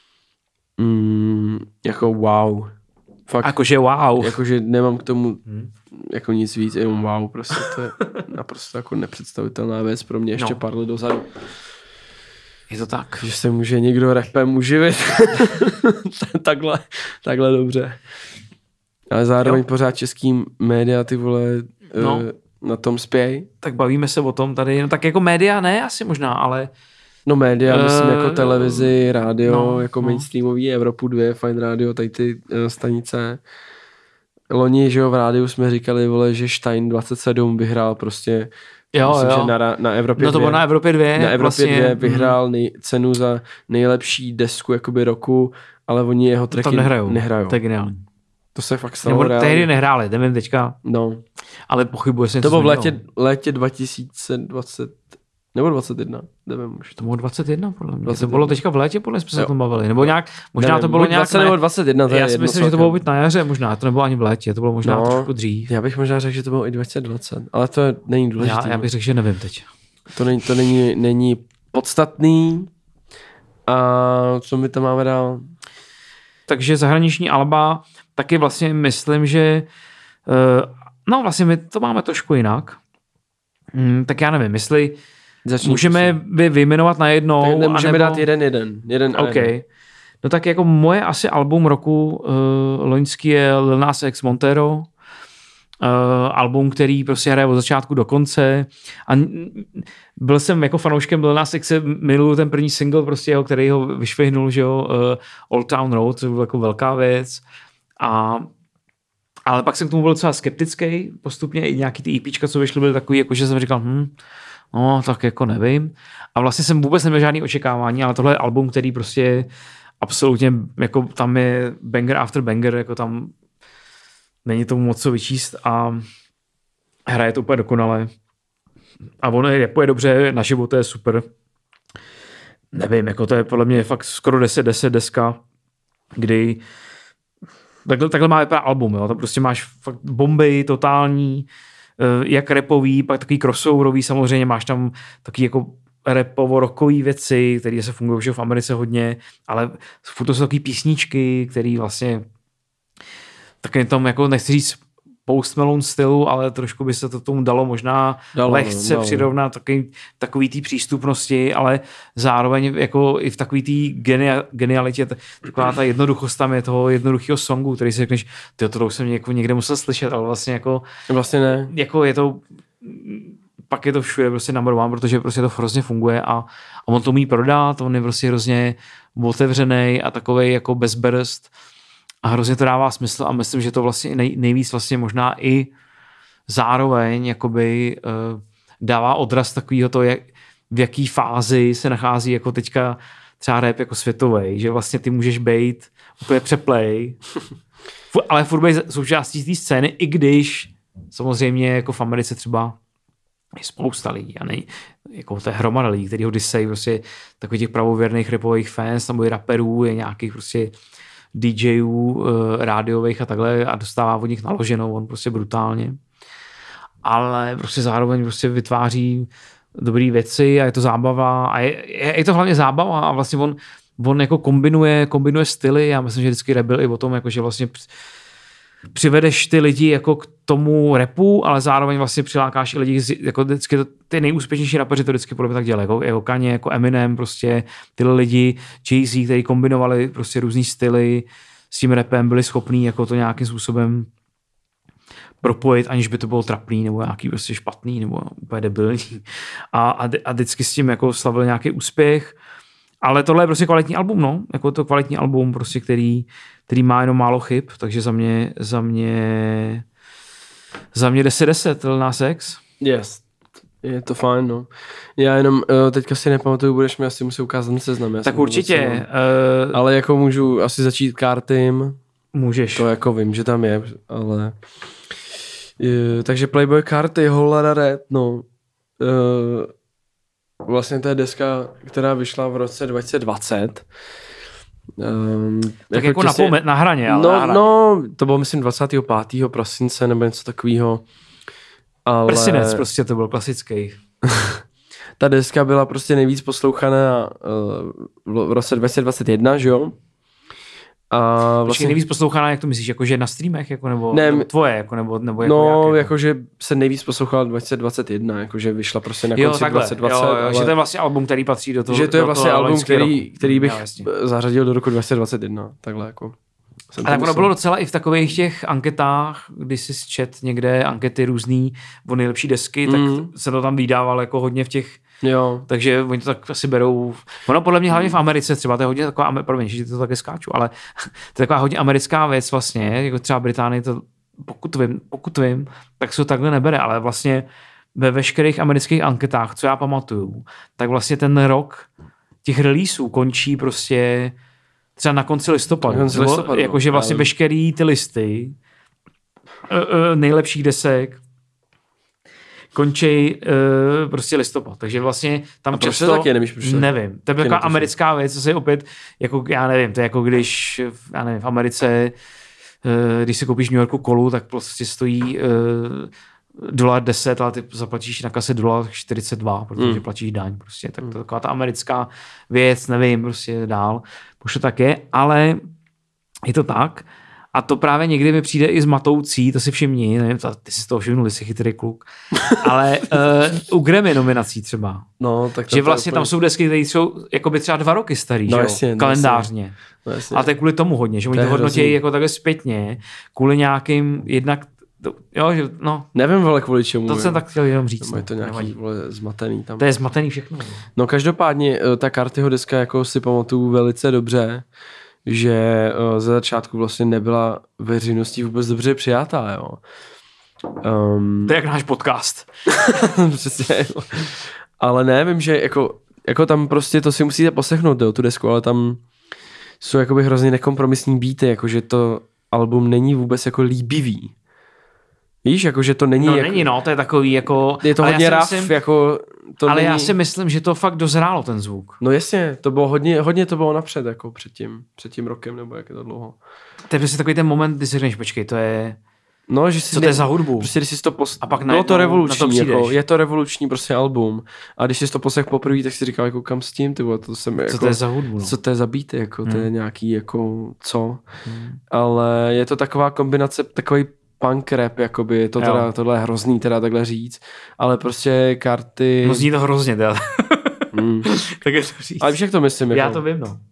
Jako wow. Fakt, jakože wow. Jakože nemám k tomu jako nic víc, jenom wow. Prostě to je naprosto jako nepředstavitelná věc pro mě ještě pár let dozadu. Je to tak. Že se může někdo rapem uživit. takhle dobře. Ale zároveň pořád český média, ty vole, na tom spěj. Tak bavíme se o tom tady, no tak jako média ne asi možná, ale... No média, myslím jako televizi, rádio, jako mainstreamový, Evropu 2, Fine Radio, tady ty stanice. Loni, že jo, v rádiu jsme říkali, vole, že Stein 27 vyhrál prostě, myslím, že na Evropě 2. No to bylo na Evropě 2. Na Evropě 2 vyhrál cenu za nejlepší desku jakoby roku, ale oni jeho tracky nehrajou. To je geniální. To se fakt stalo reálně. Tehdy nehráli, nevím teďka. No. Ale pochybuji, jestli to bylo v létě 2020 nebo 21, nevím už. To bylo 21 podle mě. To bylo teďka v létě, podle mě jsme se o tom bavili. Nebo nějak, možná nevím, to bylo nějak... 20 nebo 21, to je já si myslím, že to bylo být na jaře možná, to nebylo ani v létě, to bylo možná trošku dřív. Já bych možná řekl, že to bylo i 2020, ale to není důležité. Já bych řekl, že nevím teď. To není podstatný. A co my tam máme dál? Takže zahraniční alba, taky vlastně myslím, že vlastně my to máme trošku jinak. Tak já nevím, jestli můžeme vyjmenovat najednou. Tak nemůžeme dát jeden. OK. No tak jako moje asi album roku loňský je Lil Nas X Montero. Album, který prostě hraje od začátku do konce. A byl jsem jako fanouškem Lil Nas X, miluju ten první single, prostě jeho, který ho vyšvihnul, že jo, Old Town Road, to byla jako velká věc. Ale pak jsem k tomu byl docela skeptický postupně, i nějaký ty EPčka, co vyšly, byly takový, jako že jsem říkal, no tak jako nevím. A vlastně jsem vůbec neměl žádný očekávání, ale tohle je album, který prostě absolutně, jako tam je banger after banger, jako tam není tomu moc co vyčíst a hraje to úplně dokonale. A on rapuje dobře, na život to je super. Nevím, jako to je podle mě fakt skoro 10 deska, kdy takhle má vypadat album, jo. To prostě máš fakt bomby totální, jak rapový, pak takový crossoverový, samozřejmě máš tam taky jako rapovo-rockový věci, které se fungují v Americe hodně, ale furt to jsou takový písničky, které vlastně taky tom, jako nechci říct Post Malone stylu, ale trošku by se to tomu dalo možná lehce přirovnat takový té přístupnosti, ale zároveň jako i v takový té genialitě, taková ta jednoduchost tam je toho jednoduchého songu, který si řekneš, to už jsem jako někde musel slyšet, ale vlastně jako vlastně ne. Jako je to pak je to všude prostě number one, protože prostě to hrozně funguje a on to umí prodat, on je prostě hrozně otevřený a takovej jako bezbrst. A hrozně to dává smysl a myslím, že to vlastně nejvíc vlastně možná i zároveň jakoby dává odraz takovýho to, v jaký fázi se nachází jako teďka třeba rap jako světovej, že vlastně ty můžeš být úplně přeplej, ale furt být součástí té scény, i když samozřejmě jako v Americe třeba je spousta lidí a jako to je hromada lidí, který ho disej, prostě takových těch pravověrných rapových fans, nebo i raperů, je nějakých prostě DJů, rádiových a takhle a dostává od nich naloženou, on prostě brutálně. Ale prostě zároveň prostě vytváří dobré věci a je to zábava a je to hlavně zábava a vlastně on jako kombinuje styly. Já myslím, že vždycky rap byl i o tom, jako že vlastně přivedeš ty lidi jako k tomu rapu, ale zároveň vlastně přilákáš i lidi, jako vždycky ty nejúspěšnější rapeři to vždycky podle mě tak dělají, jako Kanye, jako Eminem, prostě tyhle lidi, Jay-Z, kteří kombinovali prostě různý styly s tím rapem, byli schopní jako to nějakým způsobem propojit, aniž by to bylo trapný nebo nějaký prostě špatný nebo úplně debilní. A vždycky s tím jako slavil nějaký úspěch. Ale tohle je prostě kvalitní album, no. Jako to kvalitní album, prostě, který má jenom málo chyb, takže za mě 10/10 Lil Nas X. Yes, je to fajn, no. Já jenom teďka si nepamatuju, budeš mi asi muset ukázat seznam. Tak určitě. Ale jako můžu asi začít Kartym. Můžeš. To jako vím, že tam je, ale... takže Playboy Carti, Holada Red, no. Vlastně to je deska, která vyšla v roce 2020. Tak jako těsně, na hraně, ale na hraně. No, to bylo myslím 25. prosince nebo něco takového. Ale... Prosinec prostě to byl klasický. Ta deska byla prostě nejvíc poslouchaná v roce 2021, že jo? A vlastně nejvíc poslouchaná, jak to myslíš, jakože na streamech, jako, nebo tvoje, jako, nebo jako no, jak, jakože se nejvíc poslouchala 2021, jakože vyšla prostě na konci 2020. Jo, ale... že to je vlastně album, který patří do toho. Že to je vlastně album, který bych zařadil do roku 2021, takhle jako A tak ono bylo docela i v takových těch anketách, když jsi čet někde ankety různý o nejlepší desky, tak se to tam vydával jako hodně v těch. Jo. Takže oni to tak asi berou. Ono podle mě hlavně v Americe třeba, to je hodně taková, promiň, že to také skáču, ale to je taková hodně americká věc vlastně, jako třeba Británii to, pokud vím, tak se to takhle nebere, ale vlastně ve veškerých amerických anketách, co já pamatuju, tak vlastně ten rok těch releaseů končí prostě třeba na konci listopadu. Jakože vlastně veškerý ty listy nejlepších desek končí prostě listopad. Takže vlastně tam často... taky nevíš, proč nevím. To je taková americká věc, co se opět, jako já nevím, to je jako když v Americe, když si koupíš v New Yorku kolu, tak prostě stojí $10, ale ty zaplatíš na kase $42, protože platíš daň. Prostě. Tak to je taková ta americká věc, nevím, prostě dál. Už to tak je, ale je to tak. A to právě někdy mi přijde i z matoucí, to si všimni, nevím, ty si z toho všimnul, jsi chytrý kluk, ale u Grammy nominací třeba. No, tak že vlastně tam jsou desky, které jsou jakoby třeba 2 roky starý, no, jasně, kalendářně. No, jasně. A to je kvůli tomu hodně, že oni to hodnotí jako takhle zpětně, kvůli nějakým jednak jo, že, no. Nevím, vole, kvůli čemu. To jsem tak chtěl jenom říct. No, je to nějaký, vole, zmatený tam. To je zmatený všechno. No každopádně ta Cartiho deska jako si pamatuju velice dobře, že ze začátku vlastně nebyla veřejností vůbec dobře přijatá, jo. To je jak náš podcast. Přesně. Ale ne, vím, že jako tam prostě to si musíte poslechnout, jo, tu desku, ale tam jsou jakoby hrozně nekompromisní beaty, jakože to album není vůbec jako líbivý. Víš, jakože to není... No není, no, to je takový jako... Je to hodně rough, jako... To ale není... já si myslím, že to fakt dozrálo ten zvuk. No jasně, to bylo hodně to bylo napřed, jako před tím rokem, nebo jak je to dlouho. To je prostě takový ten moment, kdy si řekneš, počkej, to je... No, že si co to je za hudbu? Prostě když jsi to a pak bylo to revoluční, jako, je to revoluční prostě album. A když jsi to poslech poprvé, tak si říkal, jako kam s tím, ty vole, to jsem jako... Co to je za hudbu? No? Co to je za beaty, jako, to je nějaký, jako, co? Ale je to taková kombinace, takový punk rap, jakoby, je to teda, tohle je hrozný teda takhle říct, ale prostě karty... No zní to hrozně, teda. Tak je to říct. Ale víš, jak to myslím? Jako, já to vím, no.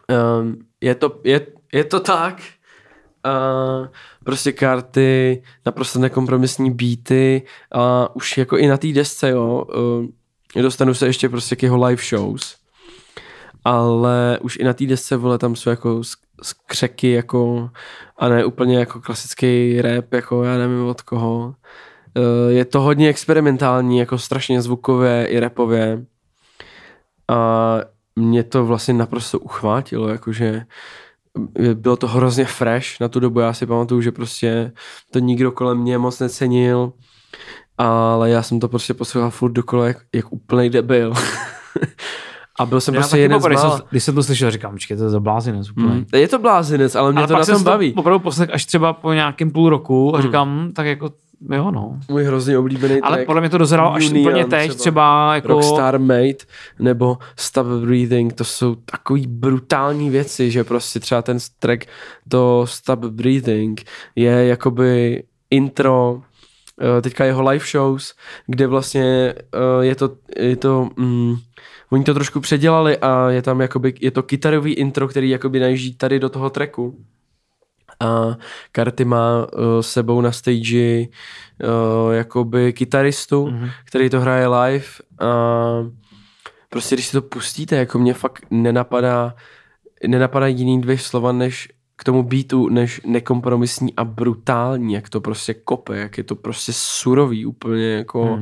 Je to tak, prostě karty, naprosto nekompromisní beaty a už jako i na té desce, jo, dostanu se ještě prostě k jeho live shows, ale už i na té desce, vole, tam jsou jako skřeky, jako, a ne úplně jako klasický rap, jako já nevím od koho. Je to hodně experimentální, jako strašně zvukově i rapově a mě to vlastně naprosto uchvátilo, jakože bylo to hrozně fresh na tu dobu, já si pamatuju, že prostě to nikdo kolem mě moc necenil, ale já jsem to prostě poslouchal furt dokola jak úplnej debil. A byl jsem prostě jeden z mála. Když jsem to slyšel, říkám, počkej, to je za blázinec úplně. Je to blázinec, ale mě to na tom baví. Opravdu poslech až třeba po nějakém půl roku a říkám, tak jako, jo no. Můj hrozně oblíbený track. Ale podle mě to dozralo až úplně teď, třeba jako... Rockstar Made nebo Stop Breathing, to jsou takový brutální věci, že prostě třeba ten track do Stop Breathing je jakoby intro teďka jeho live shows, kde vlastně je to oni to trošku předělali a je tam jakoby, je to kytarový intro, který jakoby najíždí tady do toho tracku. A Carti má sebou na stage jakoby kytaristu, který to hraje live a prostě když si to pustíte, jako mě fakt nenapadá jiný 2 slova než k tomu beatu, než nekompromisní a brutální, jak to prostě kope, jak je to prostě surový úplně, jako...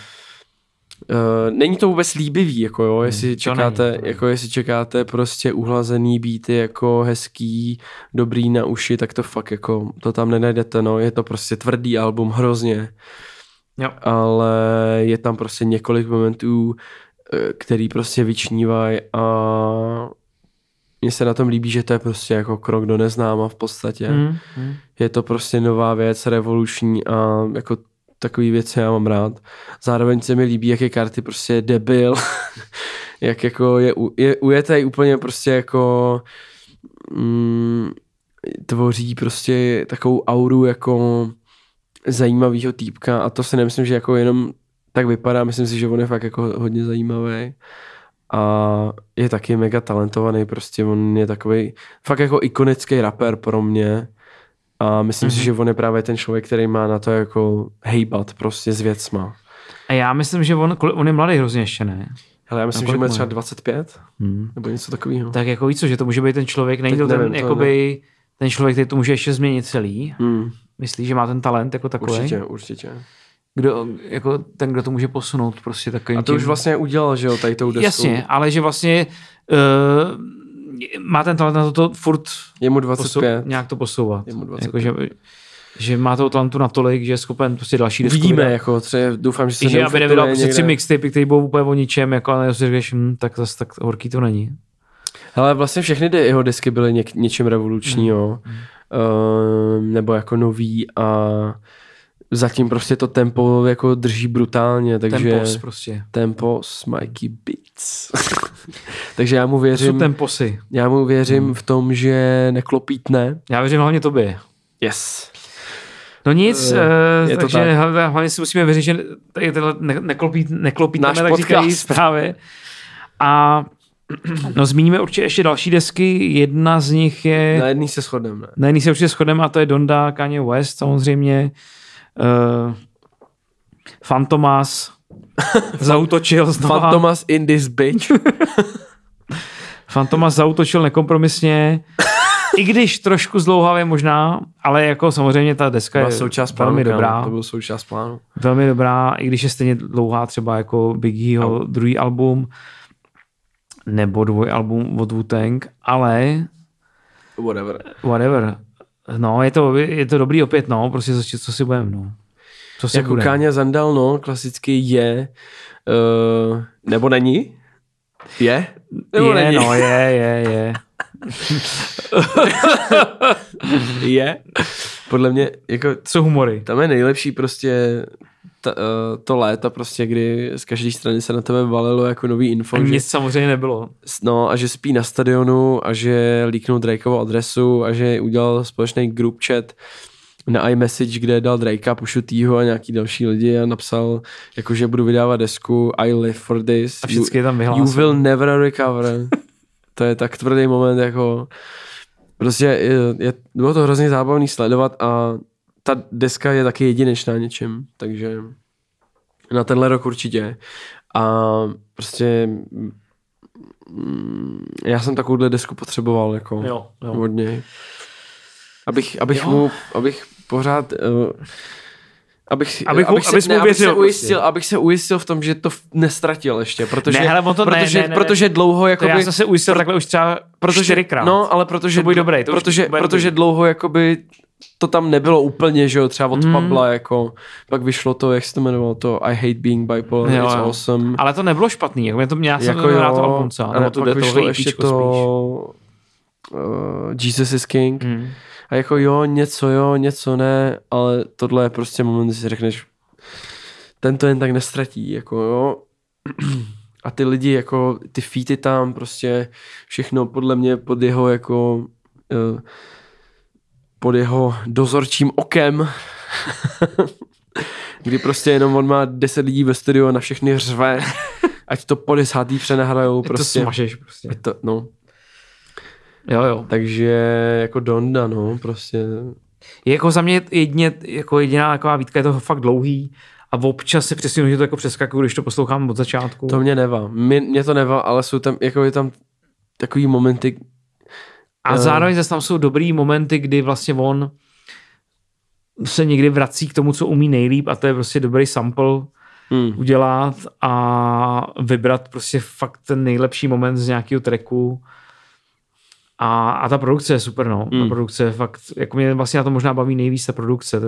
Není to vůbec líbivý, jako jo, jestli čekáte prostě uhlazený beaty, jako hezký, dobrý na uši, tak to fakt jako, to tam nenajdete, no, je to prostě tvrdý album, hrozně. Jo. Ale je tam prostě několik momentů, který prostě vyčnívají a mně se na tom líbí, že to je prostě jako krok do neznáma v podstatě. Je to prostě nová věc, revoluční a jako takový věci já mám rád. Zároveň se mi líbí, jak je Carti prostě debil, jak jako je ujetej úplně prostě jako tvoří prostě takovou auru jako zajímavýho týpka a to si nemyslím, že jako jenom tak vypadá, myslím si, že on je fakt jako hodně zajímavý a je taky mega talentovaný, prostě on je takovej fakt jako ikonický rapper pro mě a myslím si, že on je právě ten člověk, který má na to jako hejbat prostě s věcma. A já myslím, že on je mladý hrozně ještě, ne? Hele, já myslím, že má třeba 25 nebo něco takového. Tak jako víc, že to může být ten člověk, není to ten, jakoby, ten člověk, který to může ještě změnit celý. Myslíš, že má ten talent jako takový? Určitě. Kdo to může posunout prostě takovým. A to už vlastně udělal, že jo, tady tou deskou. Jasně, ale že vlastně má ten talent na to furt je mu 25. Nějak to posouvat. Je mu 25. Jako, že má toho talentu natolik, že je schopen prostě další desku. Vidíme, jako třeba doufám, že se že aby nevydal prostě 3 mixtapy, které budou úplně o ničem, jako ale si říkáš, tak zase tak horký to není. Hele, vlastně všechny jeho desky byly něčím revolučního, nebo jako nový a zatím prostě to tempo jako drží brutálně, takže Tempos prostě. Tempos, Mikey Beats. Takže já mu věřím. Jsou temposy. Já mu věřím v tom, že neklopítne. Já věřím hlavně tobě. Yes. No nic, takže hlavně si musíme věřit, že tady neklopítneme, tak říkají zprávy. A no zmíníme určitě ještě další desky, jedna z nich je... Na jedný se shodneme. Na jedný se určitě shodneme a to je Donda, Kanye West samozřejmě. Fantomas zaútočil znova. Fantomas in this bitch. Fantomas zaútočil nekompromisně, i když trošku zdlouhavě možná, ale jako samozřejmě ta deska je velmi dobrá. To byl součást plánu. Velmi dobrá, i když je stejně dlouhá třeba jako Biggieho druhý album nebo dvojalbum od Wu-Tang, ale whatever. No, je to dobrý opět, no, prostě co si budeme, no. Co si jako budeme. Káňa Zandal, no, klasicky je, nebo není? Je? Nebo je, není? No, je. Je. Podle mě, jako... Co humory. Tam je nejlepší prostě to léta prostě, kdy z každé strany se na tebe valilo jako nový info. Nic samozřejmě nebylo. No a že spí na stadionu a že líknul Drakeovu adresu a že udělal společný group chat na iMessage, kde dal Drakea, Pushu Tho a nějaký další lidi a napsal, jako, že budu vydávat desku I live for this. A vždycky je tam vyhlásil. You will never recover. To je tak tvrdý moment, jako prostě bylo to hrozně zábavný sledovat a ta deska je taky jedinečná něčem, takže na tenhle rok určitě. A prostě já jsem takovouhle desku potřeboval, jako jo. od něj. Abych pořád abych se ujistil v tom, že to nestratil ještě, protože dlouho jakoby... To já jsem se ujistil takhle už třeba 4krát. No, ale protože dlouho jakoby to tam nebylo úplně, že jo, třeba od Pabla, jako pak vyšlo to, jak se to jmenovalo, to I hate being bipolar, it's awesome. Ale to nebylo špatný, jako já jsem jako rád to album, ale pak vyšlo ještě to Jesus is King. A jako něco ne, ale tohle je prostě moment, kdy si řekneš, ten to jen tak nestratí, jako jo. A ty lidi, jako ty featy tam, prostě všechno podle mě pod jeho jako pod jeho dozorčím okem, kdy prostě jenom on má 10 lidí ve studiu a na všechny řve, ať to po 10. přenahrajou. Prostě. To smažeš prostě. No. Jo. Takže jako Donda, no, prostě. Je jako za mě jediná taková výtka, je to fakt dlouhý a občas si přesně, že to jako přeskakuju, když to poslouchám od začátku. To mě nevá. Mě to nevá, ale jsou tam, jako je tam takový momenty. A zároveň zase tam jsou dobrý momenty, kdy vlastně on se někdy vrací k tomu, co umí nejlíp a to je prostě dobrý sample udělat a vybrat prostě fakt ten nejlepší moment z nějakého tracku. A ta produkce je super, no. Ta produkce je fakt, jako mě vlastně na to možná baví nejvíc ta produkce,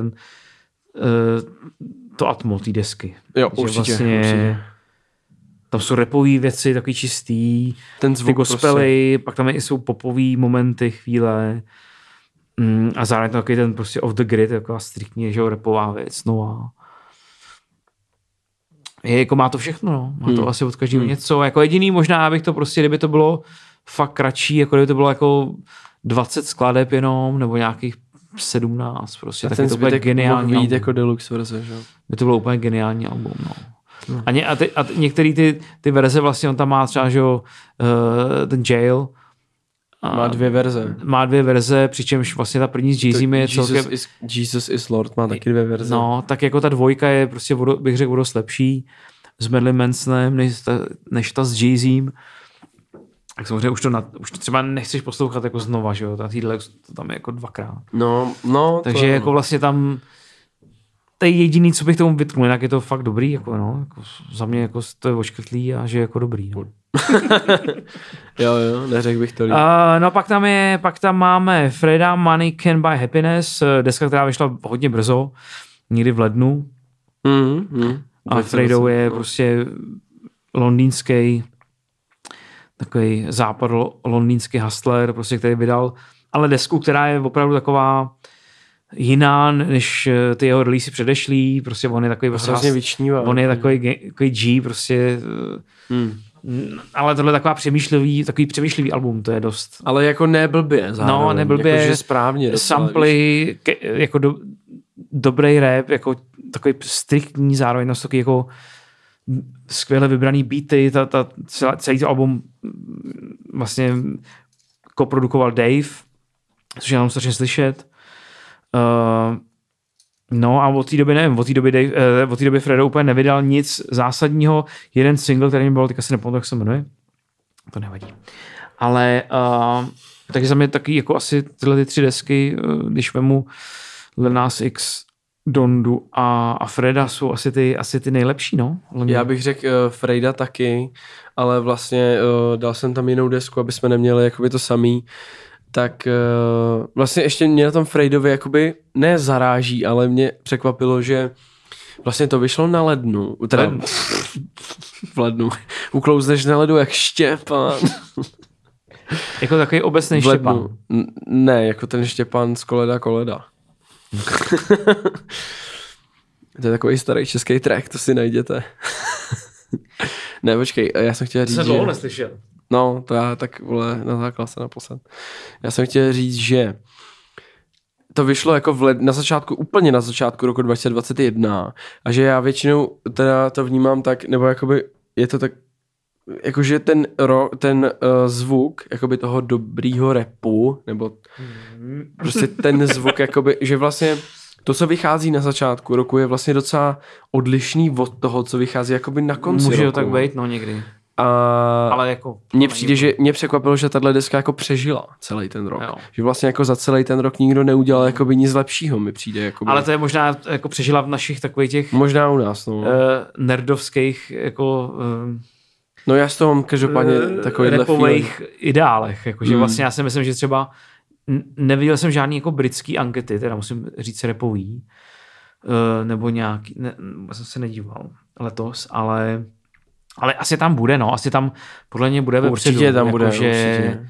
to atmo, té desky. Jo, určitě. Tam jsou rapové věci, takový čistý, ten zvuk ty gospely, prostě. Pak tam jsou popový momenty, chvíle a zároveň takový ten prostě off the grid, taková striktně, že jo, rapová věc, no a jako má to všechno, no. Má to asi od každého něco, jako jediný možná, abych to prostě, kdyby to bylo fakt kratší, jako kdyby to bylo jako 20 skladeb jenom, nebo nějakých 17, prostě. A tak ten to bude geniální album. Jako deluxe verze, že? By to bylo úplně geniální album, no. A některé ty verze vlastně on tam má třeba, že ten Jail. Má 2 verze. Má 2 verze, přičemž vlastně ta první s Jeezym je celkem... Jesus is Lord má taky 2 verze. No, tak jako ta 2 je prostě, bych řekl, dost lepší s Marilyn Mansonem, než ta s Jeezym. Tak samozřejmě už to třeba nechceš poslouchat jako znova, že jo, to tam je jako 2krát. No. Takže jako vlastně tam to je jediný, co bych tomu vytknul, jinak je to fakt dobrý, jako jako za mě jako to je oškrtlý a že je jako dobrý. No. jo, neřekl bych to líp. No pak tam máme Freda Money Can Buy Happiness, deska, která vyšla hodně brzo, někdy v lednu. A Fredo je prostě londýnský takový londýnský hustler, prostě, který vydal ale desku, která je opravdu taková jiná, než ty jeho releasy předešlý, prostě on je takový on je takový G, prostě ale tohle je takový přemýšlivý album, to je dost. Ale jako neblbě zároveň. No, neblbě. Jakože správně. Samply, jako dobrý rap, jako takový striktní zároveň, takový jako skvěle vybraný beaty, celý to album vlastně koprodukoval Dave, což je nám strašně slyšet. No a od té doby nevím, od té doby Fredo úplně nevydal nic zásadního, jeden single, který mi byl, teďka si nepamatuji, jak se jmenuje, to nevadí. Ale takže za mě taky jako asi tyhle ty 3 desky, když vemu Lil Nas X, Dondu a Freda jsou asi ty nejlepší, no. Já bych řekl Freda taky, ale vlastně dal jsem tam jinou desku, aby jsme neměli jakoby to samý. Tak vlastně ještě mě na tom Fredovi jakoby ne zaráží, ale mě překvapilo, že vlastně to vyšlo na lednu. Teda v lednu. Uklouzneš na ledu jak Štěpán. Jako takový obecný Štěpán. Ne, jako ten Štěpán z Koleda. To je takový starý český track, to si najděte. Ne, počkej, já jsem chtěl říct, že... dlouho neslyšel. No, to já tak, vole, na záklase naposled. Já jsem chtěl říct, že to vyšlo jako úplně na začátku roku 2021 a že já většinou teda to vnímám tak, nebo jakoby je to tak, jakože ten zvuk jakoby toho dobrýho rapu, nebo prostě ten zvuk jakoby, že vlastně to, co vychází na začátku roku, je vlastně docela odlišný od toho, co vychází jakoby na konci roku. Může to tak být, no někdy. Ale jako mně přijde, že mě překvapilo, že tahle deska jako přežila celý ten rok. Jo. Že vlastně jako za celý ten rok nikdo neudělal jakoby nic lepšího, mi přijde. Jakoby. Ale to je možná jako přežila v našich takových těch... Možná u nás, no. Nerdovských jako... No já s toho mám každopádně takovýhle rapových ideálech. Jakože vlastně já si myslím, že třeba neviděl jsem žádný jako britský ankety, teda musím říct rapový, nebo nějaký, jsem se nedíval letos, ale asi tam bude, no, asi tam podle mě bude vepředu. Určitě tam bude, určitě.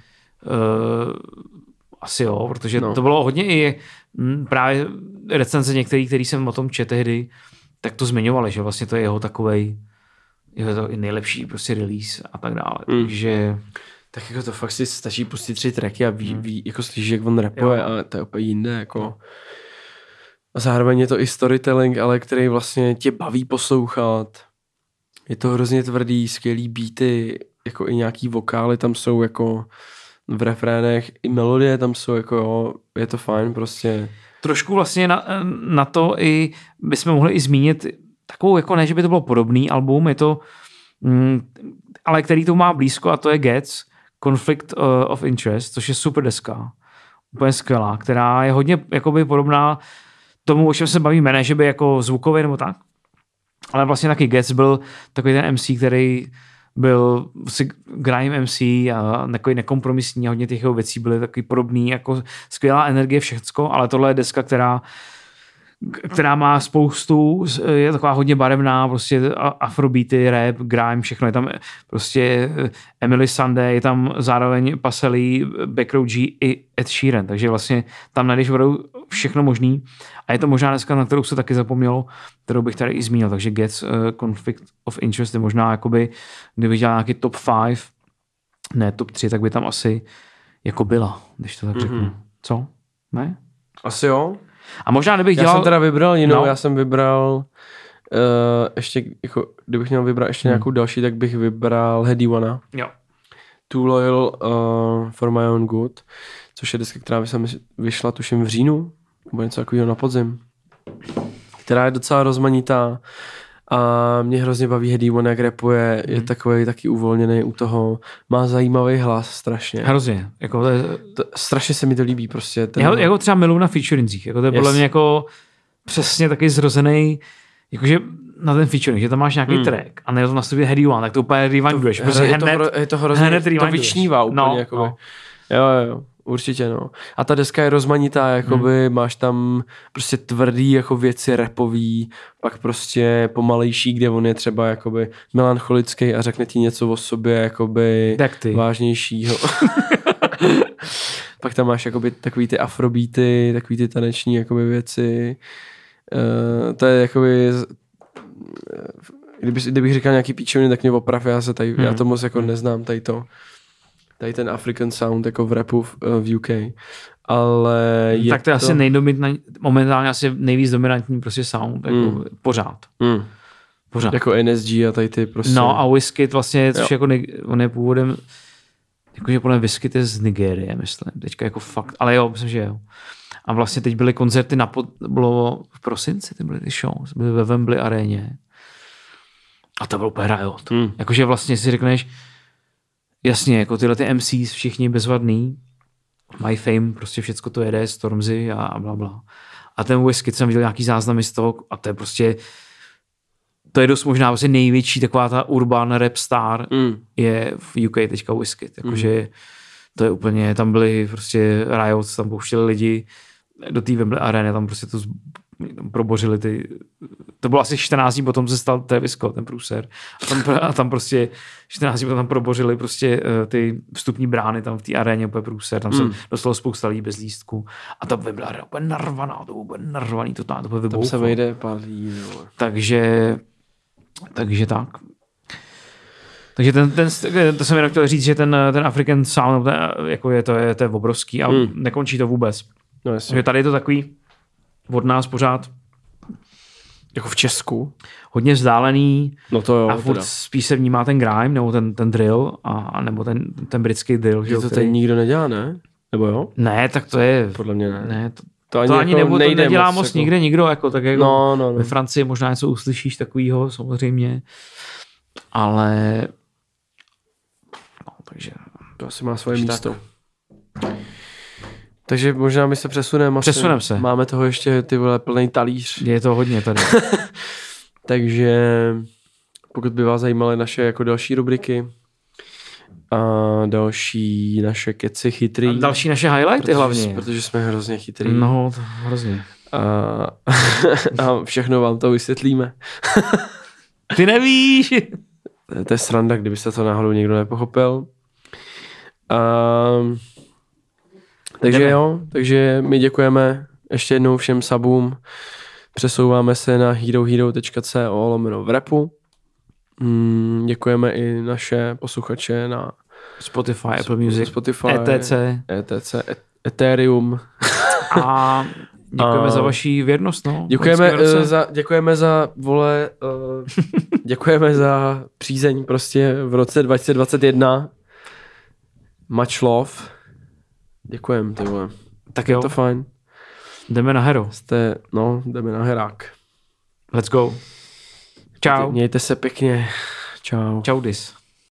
Asi jo, protože to bylo hodně i právě recenze některých, který jsem o tom četl tehdy, tak to zmiňovali, že vlastně to je jeho takovej, jeho to nejlepší prostě release a tak dále, takže... Tak jako to fakt si stačí pustit 3 tracky a ví jako slyšíš, jak on rapuje, ale to je úplně jinde, jako... A zároveň je to i storytelling, ale který vlastně tě baví poslouchat. Je to hrozně tvrdý, skvělý beaty, jako i nějaký vokály tam jsou jako v refrénech, i melodie tam jsou jako jo, je to fajn prostě. Trošku vlastně na to i bychom mohli i zmínit takovou, jako ne, že by to bylo podobný album, je to, ale který to má blízko a to je Gets, Conflict of Interest, což je super deska, úplně skvělá, která je hodně jakoby podobná tomu, o čem se bavíme, ne, že by jako zvukový nebo tak, ale vlastně taky Gets byl takový ten MC, který byl grime MC a takový nekompromisní a hodně těch jeho věcí byly takový podobný, jako skvělá energie všecko, ale tohle je deska, která má spoustu, je taková hodně barevná, prostě afrobeaty, rap, grime, všechno, je tam prostě Emily Sandé, je tam zároveň Pasely, Backroad G i Ed Sheeran, takže vlastně tam najdeš všechno možný a je to možná dneska, na kterou se taky zapomnělo, kterou bych tady i zmínil, takže Gets Conflict of Interest je možná jakoby, kdyby dělal nějaký top 5, ne top 3, tak by tam asi jako byla, když to tak řeknu. Co? Ne? Asi jo. A možná nebych dělal... Já jsem teda vybral jinou, já jsem vybral Ještě, jako, kdybych měl vybrat ještě nějakou další, tak bych vybral Heady One. Jo. Too Loyal for My Own Good, což je deska, která vyšla tuším v říjnu, nebo něco takového na podzim, která je docela rozmanitá a mě hrozně baví Heady One, jak rapuje, je takový taky uvolněný u toho, má zajímavý hlas strašně. Hrozně. Jako strašně se mi to líbí prostě. Jako třeba miluju na featuringzích, jako to je podle mě jako přesně taky zrozený, jakože na ten featuring, že tam máš nějaký track a nejenom nastavit Heady One, tak to úplně rewinduješ. Je to hrozně, to vyčnívá úplně. No. Jo, určitě no. A ta deska je rozmanitá, jakoby máš tam prostě tvrdý jako věci rapový, pak prostě pomalejší, kde on je třeba jakoby melancholický a řekne ti něco o sobě jakoby vážnějšího. Pak tam máš jakoby takový ty afrobeaty, takový ty taneční jakoby věci. To je jakoby kdybych říkal nějaký píčoviny, tak mě oprav, já to moc jako neznám, tady ten African sound jako v rapu v UK, ale tak to je asi momentálně asi nejvíc dominantní prostě sound, jako pořád. Pořád. Jako NSG a tady ty prostě. No a Wizkid vlastně, což jako on je původem, jakože podle Wizkid je z Nigérie, myslím, teďka jako fakt, ale jo, myslím, že jo. A vlastně teď byly koncerty bylo v prosinci, ty byly ty shows, byly ve Wembley aréně. A to byl úplně rajot. Jakože vlastně si řekneš, jasně, jako tyhle ty MCs všichni bezvadný, mají fame, prostě všecko to jede, Stormzy a blabla. A ten Wizkid jsem viděl nějaký záznamy z toho a to je prostě, to je dost možná vlastně největší taková ta urban rap star je v UK teďka Wizkid. Jakože to je úplně, tam byli prostě riots, tam pouštěli lidi do té Wembley areny, tam prostě to probořili to bylo asi 14 dní potom se stal Travis Scott, ten průser. A tam prostě 14 dní potom tam probořili prostě ty vstupní brány tam v té aréně, úplně průser, tam se dostalo spousta lidí bez lístku. A ta Wembley arena úplně narvaná, to bylo úplně narvaný, to úplně vybouchlo. Tam se vejde pár lidí. Takže tak. Takže to jsem jenom chtěl říct, že ten African sound, jako to je obrovský a nekončí to vůbec. No, takže tady je to takový od nás pořád jako v Česku. Hodně vzdálený. No to jo. A furt spíš se vnímá ten grime, nebo ten drill, nebo ten britský drill. Že to tady nikdo nedělá, ne? Nebo jo? Ne, tak to je... Podle mě ne. Ne, to ani jako to nedělá moc jako... nikde nikdo, jako, tak jako no. Ve Francii možná něco uslyšíš takovýho, samozřejmě. Ale... No, takže... To asi má svoje místo. Takže možná my se přesuneme. Přesuneme se. Máme toho ještě ty vole plný talíř. Je to hodně tady. Takže pokud by vás zajímaly naše jako další rubriky a další naše keci chytrý. A další naše highlighty hlavně. Protože jsme hrozně chytrý. No, hrozně. A všechno vám to vysvětlíme. Ty nevíš. To je sranda, kdybyste to náhodou někdo nepochopil. Takže my děkujeme ještě jednou všem subům. Přesouváme se na herohero.co/v-rapu. Děkujeme i naše posluchače na Spotify, Apple Music, Spotify, ETC, Ethereum. A děkujeme za vaši věrnost. No, děkujeme za děkujeme za přízeň prostě v roce 2021. Much love. Děkujem, ty vole. Tak jo. Je to fajn. Jdeme na hero. Jdeme na herák. Let's go. Čau. Mějte se pěkně. Čau. Čau dis.